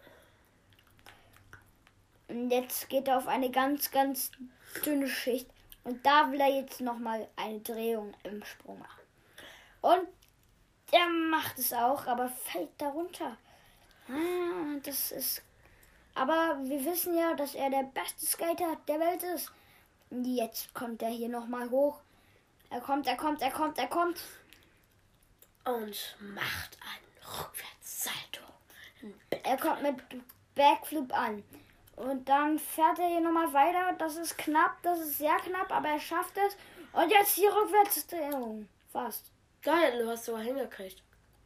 runter. Und jetzt geht er auf eine ganz, ganz dünne Schicht. Und da will er jetzt nochmal eine Drehung im Sprung machen. Und er macht es auch, aber fällt da runter. Das ist. Aber wir wissen ja, dass er der beste Skater der Welt ist. Und jetzt kommt er hier nochmal hoch. Er kommt. Und macht einen Rückwärtssalto. Er kommt mit Backflip an. Und dann fährt er hier nochmal weiter. Das ist knapp, das ist sehr knapp, aber er schafft es. Und jetzt die Rückwärtsdrehung. Fast. Geil, du hast sogar hingekriegt.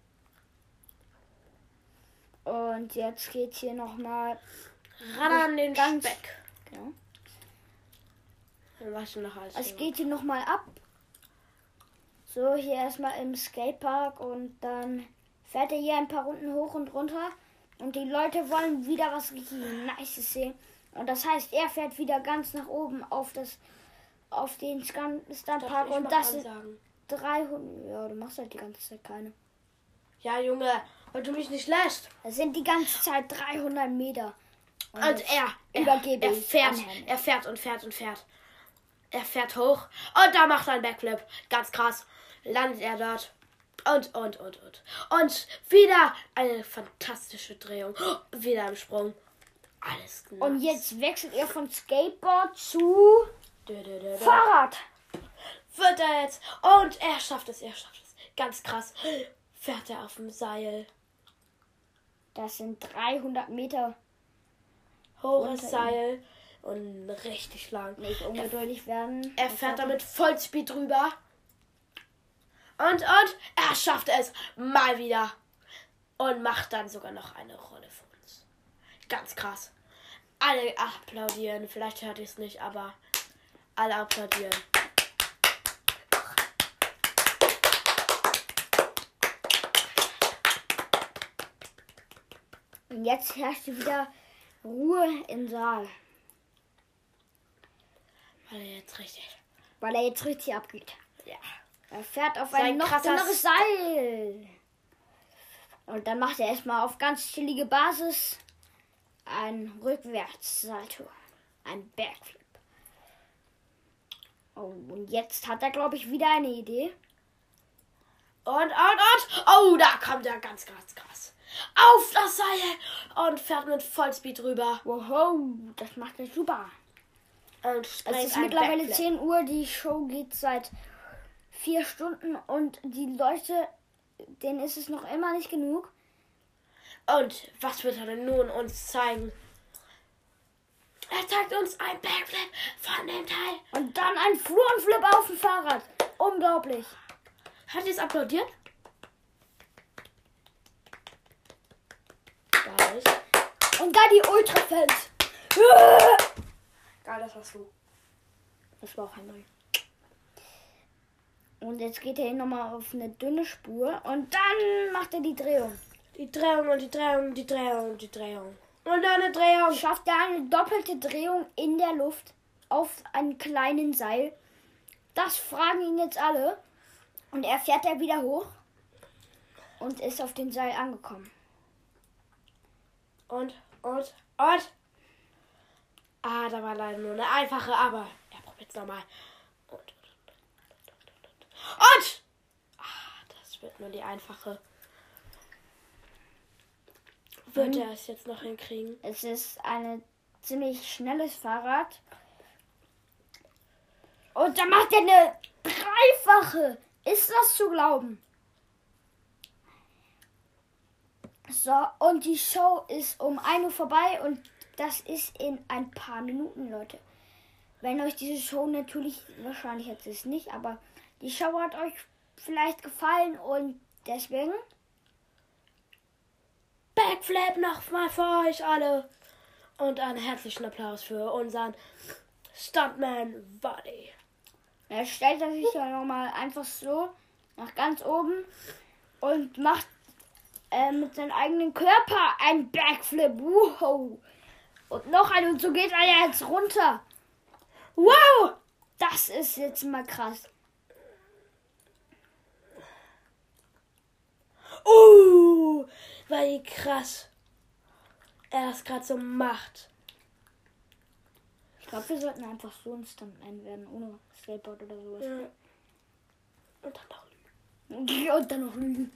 Und jetzt geht hier nochmal ran an den Speck. Genau. Dann warst du noch alles. Es geht hier nochmal ab. So, hier erstmal im Skatepark und dann fährt er hier ein paar Runden hoch und runter. Und die Leute wollen wieder was richtig Nices sehen. Und das heißt, er fährt wieder ganz nach oben auf den Stuntpark. Und das sind 300. Ja, du machst halt die ganze Zeit keine. Ja, Junge, weil du mich nicht lässt. Das sind die ganze Zeit 300 Meter. Und er fährt. Er fährt hoch und da macht er einen Backflip. Ganz krass. Landet er dort. Und wieder eine fantastische Drehung. Wieder im Sprung. Alles knapp. Und jetzt wechselt er von Skateboard zu Fahrrad. Wird er jetzt. Und er schafft es. Ganz krass. Fährt er auf dem Seil. Das sind 300 Meter. Hohes Seil. Und richtig lang. Nicht ungeduldig werden. Er fährt damit Vollspeed drüber. Und er schafft es mal wieder. Und macht dann sogar noch eine Rolle für uns. Ganz krass. Alle applaudieren. Vielleicht hört ihr es nicht, aber alle applaudieren. Und jetzt herrscht wieder Ruhe im Saal. Weil er jetzt richtig abgeht. Ja. Er fährt auf ein noch dünneres Seil. Und dann macht er erstmal auf ganz chillige Basis ein Rückwärtssalto. Ein Backflip. Oh, und jetzt hat er, glaube ich, wieder eine Idee. Und. Oh, da kommt er ganz krass. Auf das Seil und fährt mit Vollspeed rüber. Wow, das macht er super. Und es ist mittlerweile 10 Uhr, die Show geht seit 4 Stunden und die Leute, denen ist es noch immer nicht genug. Und was wird er denn nun uns zeigen? Er zeigt uns ein Backflip von dem Teil. Und dann ein Frontflip auf dem Fahrrad. Unglaublich. Hat ihr es applaudiert? Und da die Ultra-Fans. Geil, das warst du. Das war auch Henry. Und jetzt geht er hier nochmal auf eine dünne Spur. Und dann macht er die Drehung. Die Drehung. Und dann eine Drehung. Schafft er eine doppelte Drehung in der Luft auf einem kleinen Seil. Das fragen ihn jetzt alle. Und er fährt da wieder hoch. Und ist auf dem Seil angekommen. Und. Da war leider nur eine einfache, aber er probiert es nochmal. Und. Das wird nur die einfache. Wird er es jetzt noch hinkriegen? Es ist ein ziemlich schnelles Fahrrad. Und Und dann macht er eine dreifache. Ist das zu glauben? So, und die Show ist um 1 Uhr vorbei und das ist in ein paar Minuten, Leute. Wenn euch diese Show natürlich, wahrscheinlich jetzt ist es nicht, aber die Show hat euch vielleicht gefallen und deswegen Backflip nochmal für euch alle. Und einen herzlichen Applaus für unseren Stuntman Buddy. Er stellt er sich ja nochmal einfach so nach ganz oben und macht mit seinem eigenen Körper einen Backflip. Wow. Und noch einen und so geht er jetzt runter. Wow! Das ist jetzt mal krass. Wie krass er das gerade so macht. Ich glaube, wir sollten einfach so ein Stuntman werden, ohne Skateboard oder sowas. Ja. Und dann noch lügen. Und dann noch lügen.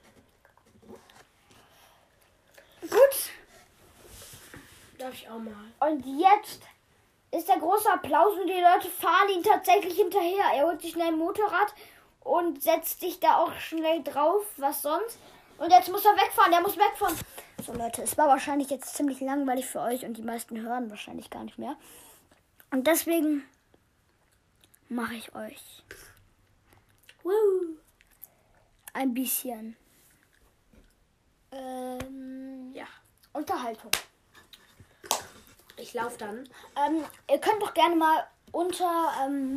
Gut. Darf ich auch mal. Und jetzt ist der große Applaus und die Leute fahren ihn tatsächlich hinterher. Er holt sich schnell ein Motorrad und setzt sich da auch schnell drauf. Was sonst? Und jetzt muss er wegfahren. Der muss wegfahren. So Leute, es war wahrscheinlich jetzt ziemlich langweilig für euch und die meisten hören wahrscheinlich gar nicht mehr. Und deswegen mache ich euch ein bisschen Ja. Unterhaltung. Ich laufe dann. Ihr könnt doch gerne mal unter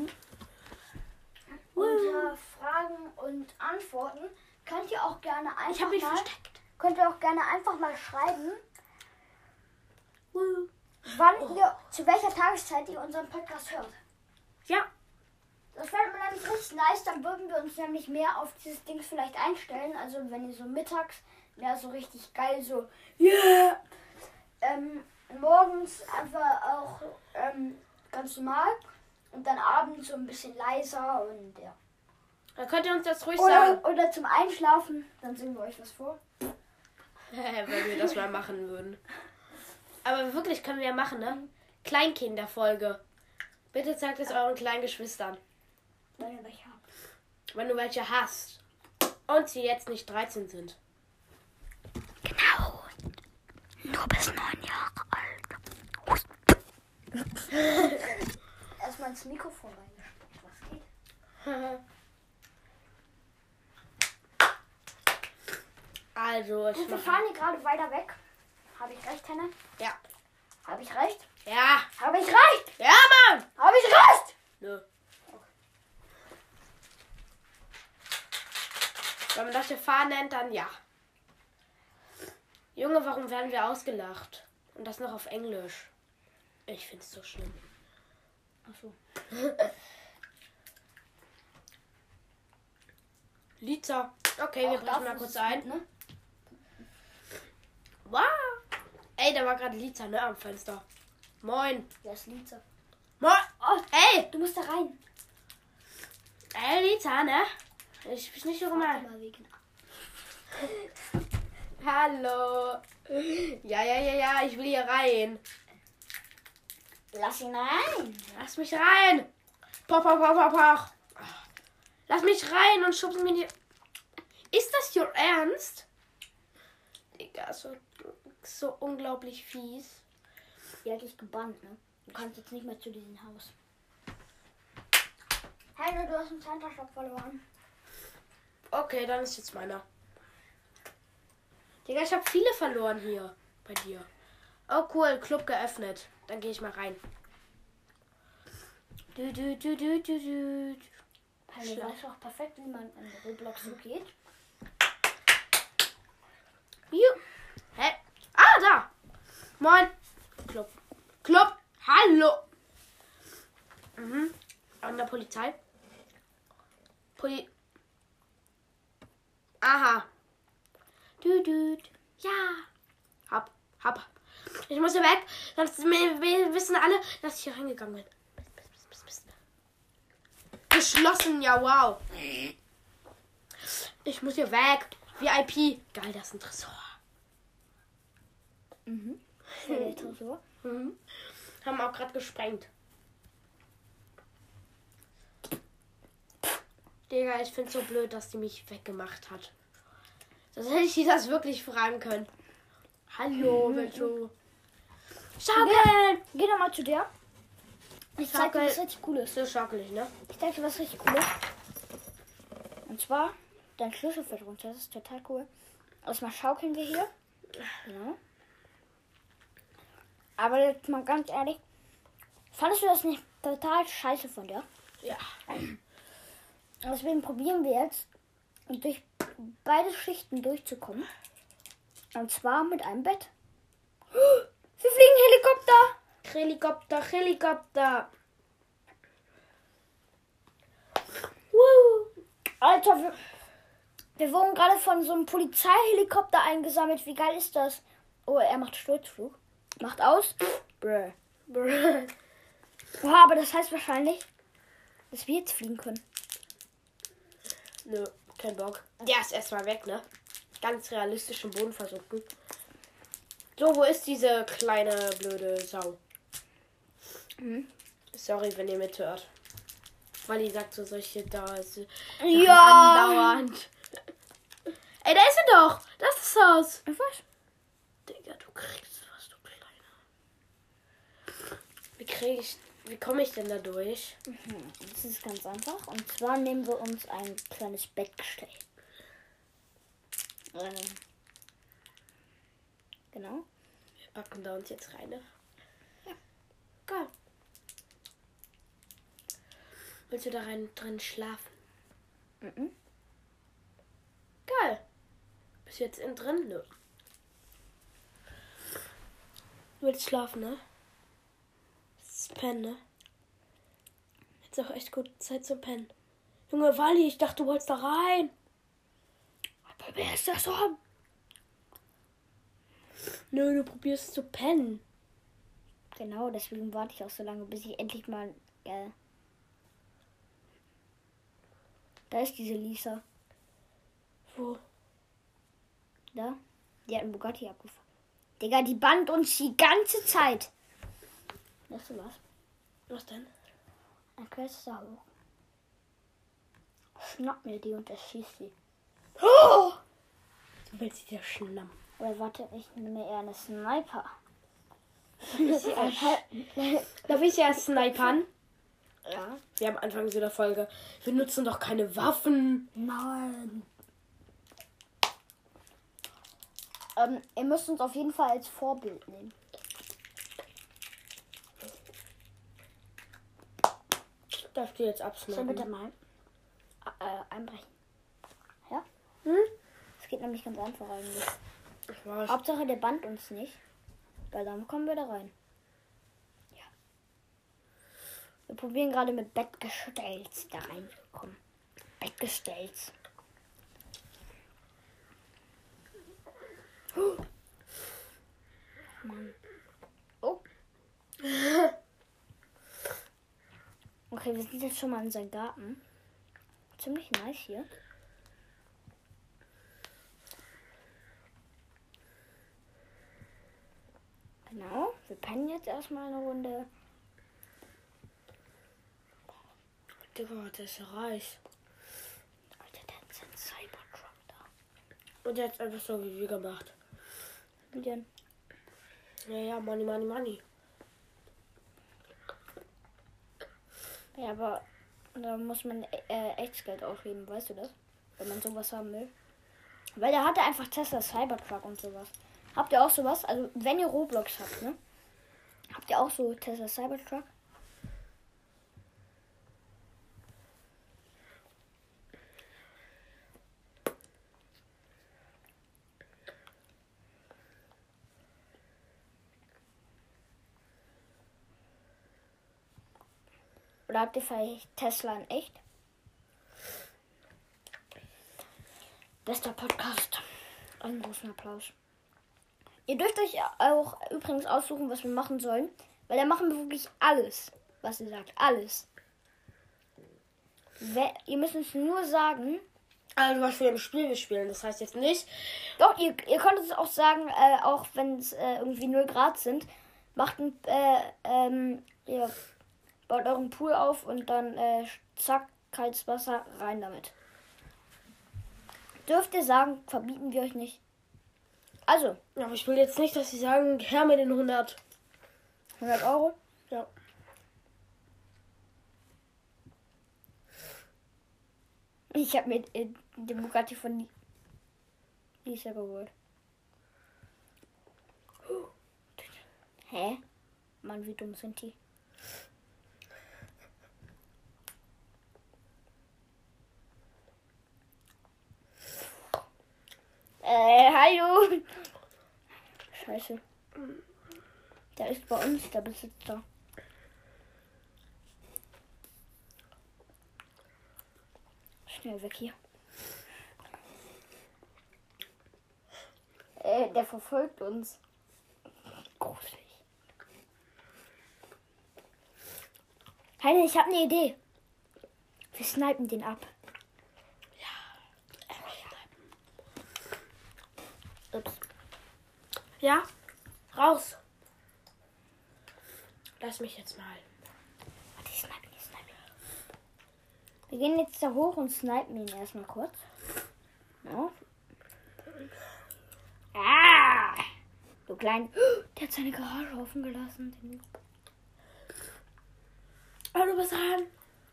Fragen und Antworten könnt ihr auch gerne einfach Ich habe mich mal versteckt. könnt ihr auch gerne einfach mal schreiben, wann ihr zu welcher Tageszeit ihr unseren Podcast hört. Ja. Das wäre mir nämlich richtig nice, dann würden wir uns nämlich mehr auf dieses Ding vielleicht einstellen. Also wenn ihr so mittags mehr so richtig geil so morgens einfach auch ganz normal und dann abends so ein bisschen leiser und ja. Da könnt ihr uns das ruhig sagen. Oder zum Einschlafen, dann singen wir euch was vor. Wenn wir das mal machen würden. Aber wirklich können wir ja machen, ne? Kleinkinderfolge. Bitte zeigt es euren kleinen Geschwistern. Wenn ihr welche habt. Wenn du welche hast. Und sie jetzt nicht 13 sind. Genau. Nur bis 9 Jahre alt. Erstmal ins Mikrofon reingespuckt. Was geht? Also, ich Wir fahren hier gerade weiter weg. Habe ich recht, Henne? Ja. Habe ich recht? Ja. Habe ich recht? Ja, Mann! Habe ich recht? Nö. Wenn man das hier fahren nennt, dann ja. Junge, warum werden wir ausgelacht? Und das noch auf Englisch. Ich find's so schlimm. Achso. Liza. Okay, wir brechen mal kurz ein. Ne? Wow. Ey, da war gerade Liza, ne, am Fenster. Moin. Wer ist Liza? Moin. Oh, Ey. du musst da rein. Ey, Liza, ne? Ich bin nicht so gemein. Mal wegen. Hallo. Ja, ich will hier rein. Lass ihn rein. Lass mich rein. Poch. Lass mich rein und schubst mir die... Ist das your Ernst? Digga, so unglaublich fies. Die hat dich gebannt, ne? Du kannst jetzt nicht mehr zu diesem Haus. Hey, du hast einen Center Shop verloren. Okay, dann ist jetzt meiner. Digga, ich habe viele verloren hier bei dir. Oh cool, Club geöffnet. Dann gehe ich mal rein. Du weißt auch perfekt, wie man in Roblox so geht. Hä? Ah, da! Moin! Club! Hallo! An der Polizei? Aha. Ja. Hab. Ich muss hier weg. Sonst wir wissen alle, dass ich hier reingegangen bin. Mist. Geschlossen, ja, wow. Ich muss hier weg. VIP. Geil, das ist ein Tresor. Der Tresor. Haben auch gerade gesprengt. Digga, ich find's so blöd, dass die mich weggemacht hat. Das hätte ich die das wirklich fragen können. Hallo, willst du... Schaukeln! Geh doch mal zu der. Ich zeig dir was richtig Cooles. So schaukelig, ne? Ich zeig dir was richtig Cooles. Und zwar, dein Schlüssel fällt runter. Das ist total cool. Erstmal schaukeln wir hier. Ja. Aber jetzt mal ganz ehrlich. Fandest du das nicht total scheiße von dir? Ja. Deswegen probieren wir jetzt, durch beide Schichten durchzukommen. Und zwar mit einem Bett. Wir fliegen Helikopter. Helikopter. Alter, wir wurden gerade von so einem Polizeihelikopter eingesammelt. Wie geil ist das? Oh, er macht Sturzflug. Macht aus. Brr. Oha, aber das heißt wahrscheinlich, dass wir jetzt fliegen können. Nö, kein Bock. Der ist erstmal weg, ne? Ganz realistisch im Boden versunken. So, wo ist diese kleine blöde Sau? Sorry, wenn ihr mithört. Weil die sagt so solche da. Ja. Andauernd. Ey, da ist sie doch. Das ist das Haus. Was? Digga, du kriegst was, du Kleiner. Wie komme ich denn da durch? Das ist ganz einfach. Und zwar nehmen wir uns ein kleines Bettgestell. Genau. Wir packen da uns jetzt rein, ne? Ja. Geil. Willst du da drin schlafen? Geil. Bist du jetzt innen drin? Nö. Du willst schlafen, ne? Das ist pennen, ne? Jetzt auch echt gut Zeit zum Pennen. Junge Walli, ich dachte, du wolltest da rein. Aber wer ist das so? Nö, du probierst zu pennen. Genau, deswegen warte ich auch so lange, bis ich endlich mal... Da ist diese Lisa. Wo? Da? Die hat einen Bugatti abgefahren. Digga, die band uns die ganze Zeit. Weißt du was? Was denn? Ein Quest da hoch. Schnapp mir die und erschieß sie. Oh! Du willst dir schnappen. Oder warte, ich nehme eher eine Sniper. Darf ich ja snipern? Ja. Wir haben Anfang dieser Folge. Wir nutzen doch keine Waffen. Nein. Ihr müsst uns auf jeden Fall als Vorbild nehmen. Darf ich jetzt Soll absnippen? bitte mal einbrechen. Ja? Das geht nämlich ganz einfach eigentlich. Ich weiß. Hauptsache der bannt uns nicht. Weil dann kommen wir da rein. Ja. Wir probieren gerade mit Bettgestells da reinzukommen. Bettgestells. Mann. Oh. Okay, wir sind jetzt schon mal in seinem Garten. Ziemlich nice hier. Genau, wir pennen jetzt erstmal eine Runde. Digga, der ist ja reich. Alter, der ist ein Cybertruck da. Und der hat einfach so wie wir gemacht. Wie denn? Ja, Money. Ja, aber da muss man echtes Geld ausgeben, weißt du das? Wenn man sowas haben will. Weil der hatte einfach Tesla Cybertruck und sowas. Habt ihr auch sowas? Also, wenn ihr Roblox habt, ne? Habt ihr auch so Tesla Cybertruck? Oder habt ihr vielleicht Tesla in echt? Bester Podcast. Einen großen Applaus. Ihr dürft euch auch übrigens aussuchen, was wir machen sollen. Weil da machen wir wirklich alles, was ihr sagt. Alles. Ihr müsst uns nur sagen. Also was für ein Spiel wir spielen. Das heißt jetzt nicht. Doch, ihr könnt es auch sagen, auch wenn es irgendwie 0 Grad sind. Macht ihr baut euren Pool auf und dann zack, kaltes Wasser, rein damit. Dürft ihr sagen, verbieten wir euch nicht. Also. Aber ich will jetzt nicht, dass sie sagen, her mit den 100. 100 Euro? Ja. Ich habe mir den Bugatti von Lisa geholt. Hä? Mann, wie dumm sind die? Hallo. Scheiße. Der ist bei uns, der Besitzer. Schnell weg hier. Der verfolgt uns. Gruselig. Heine, ich habe eine Idee. Wir snipen den ab. Ups. Ja, raus. Lass mich jetzt mal. Warte, ich snipe ihn. Wir gehen jetzt da hoch und snipen ihn erstmal kurz. Ja. Ah! Du klein. Der hat seine Garage offen gelassen. Oh, du bist dran.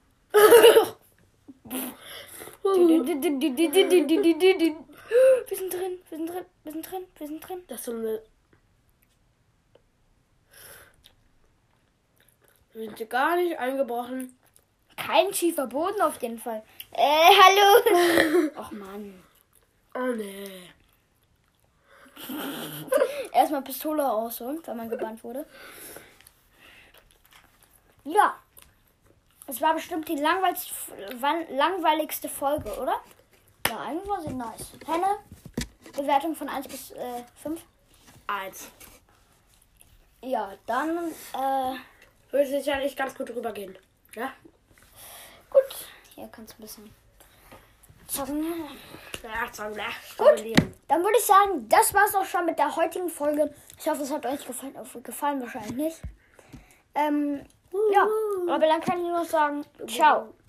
Wir sind drin. Das ist so eine... Wir sind hier gar nicht eingebrochen. Kein schiefer Boden auf jeden Fall. Hallo. Och Mann. Oh nee. Erstmal Pistole rausholen, wenn man gebannt wurde. Ja. Es war bestimmt die langweiligste Folge, oder? Ja, eigentlich war sie nice. Henne, Bewertung von 1 bis 5? 1. Ja, dann Würde sicherlich ganz gut rübergehen. Ja? gut. Hier kannst du ein bisschen zocken. Ja, Gut, dann würde ich sagen, das war's auch schon mit der heutigen Folge. Ich hoffe, es hat euch gefallen wahrscheinlich nicht. Ja, aber dann kann ich nur sagen, ciao.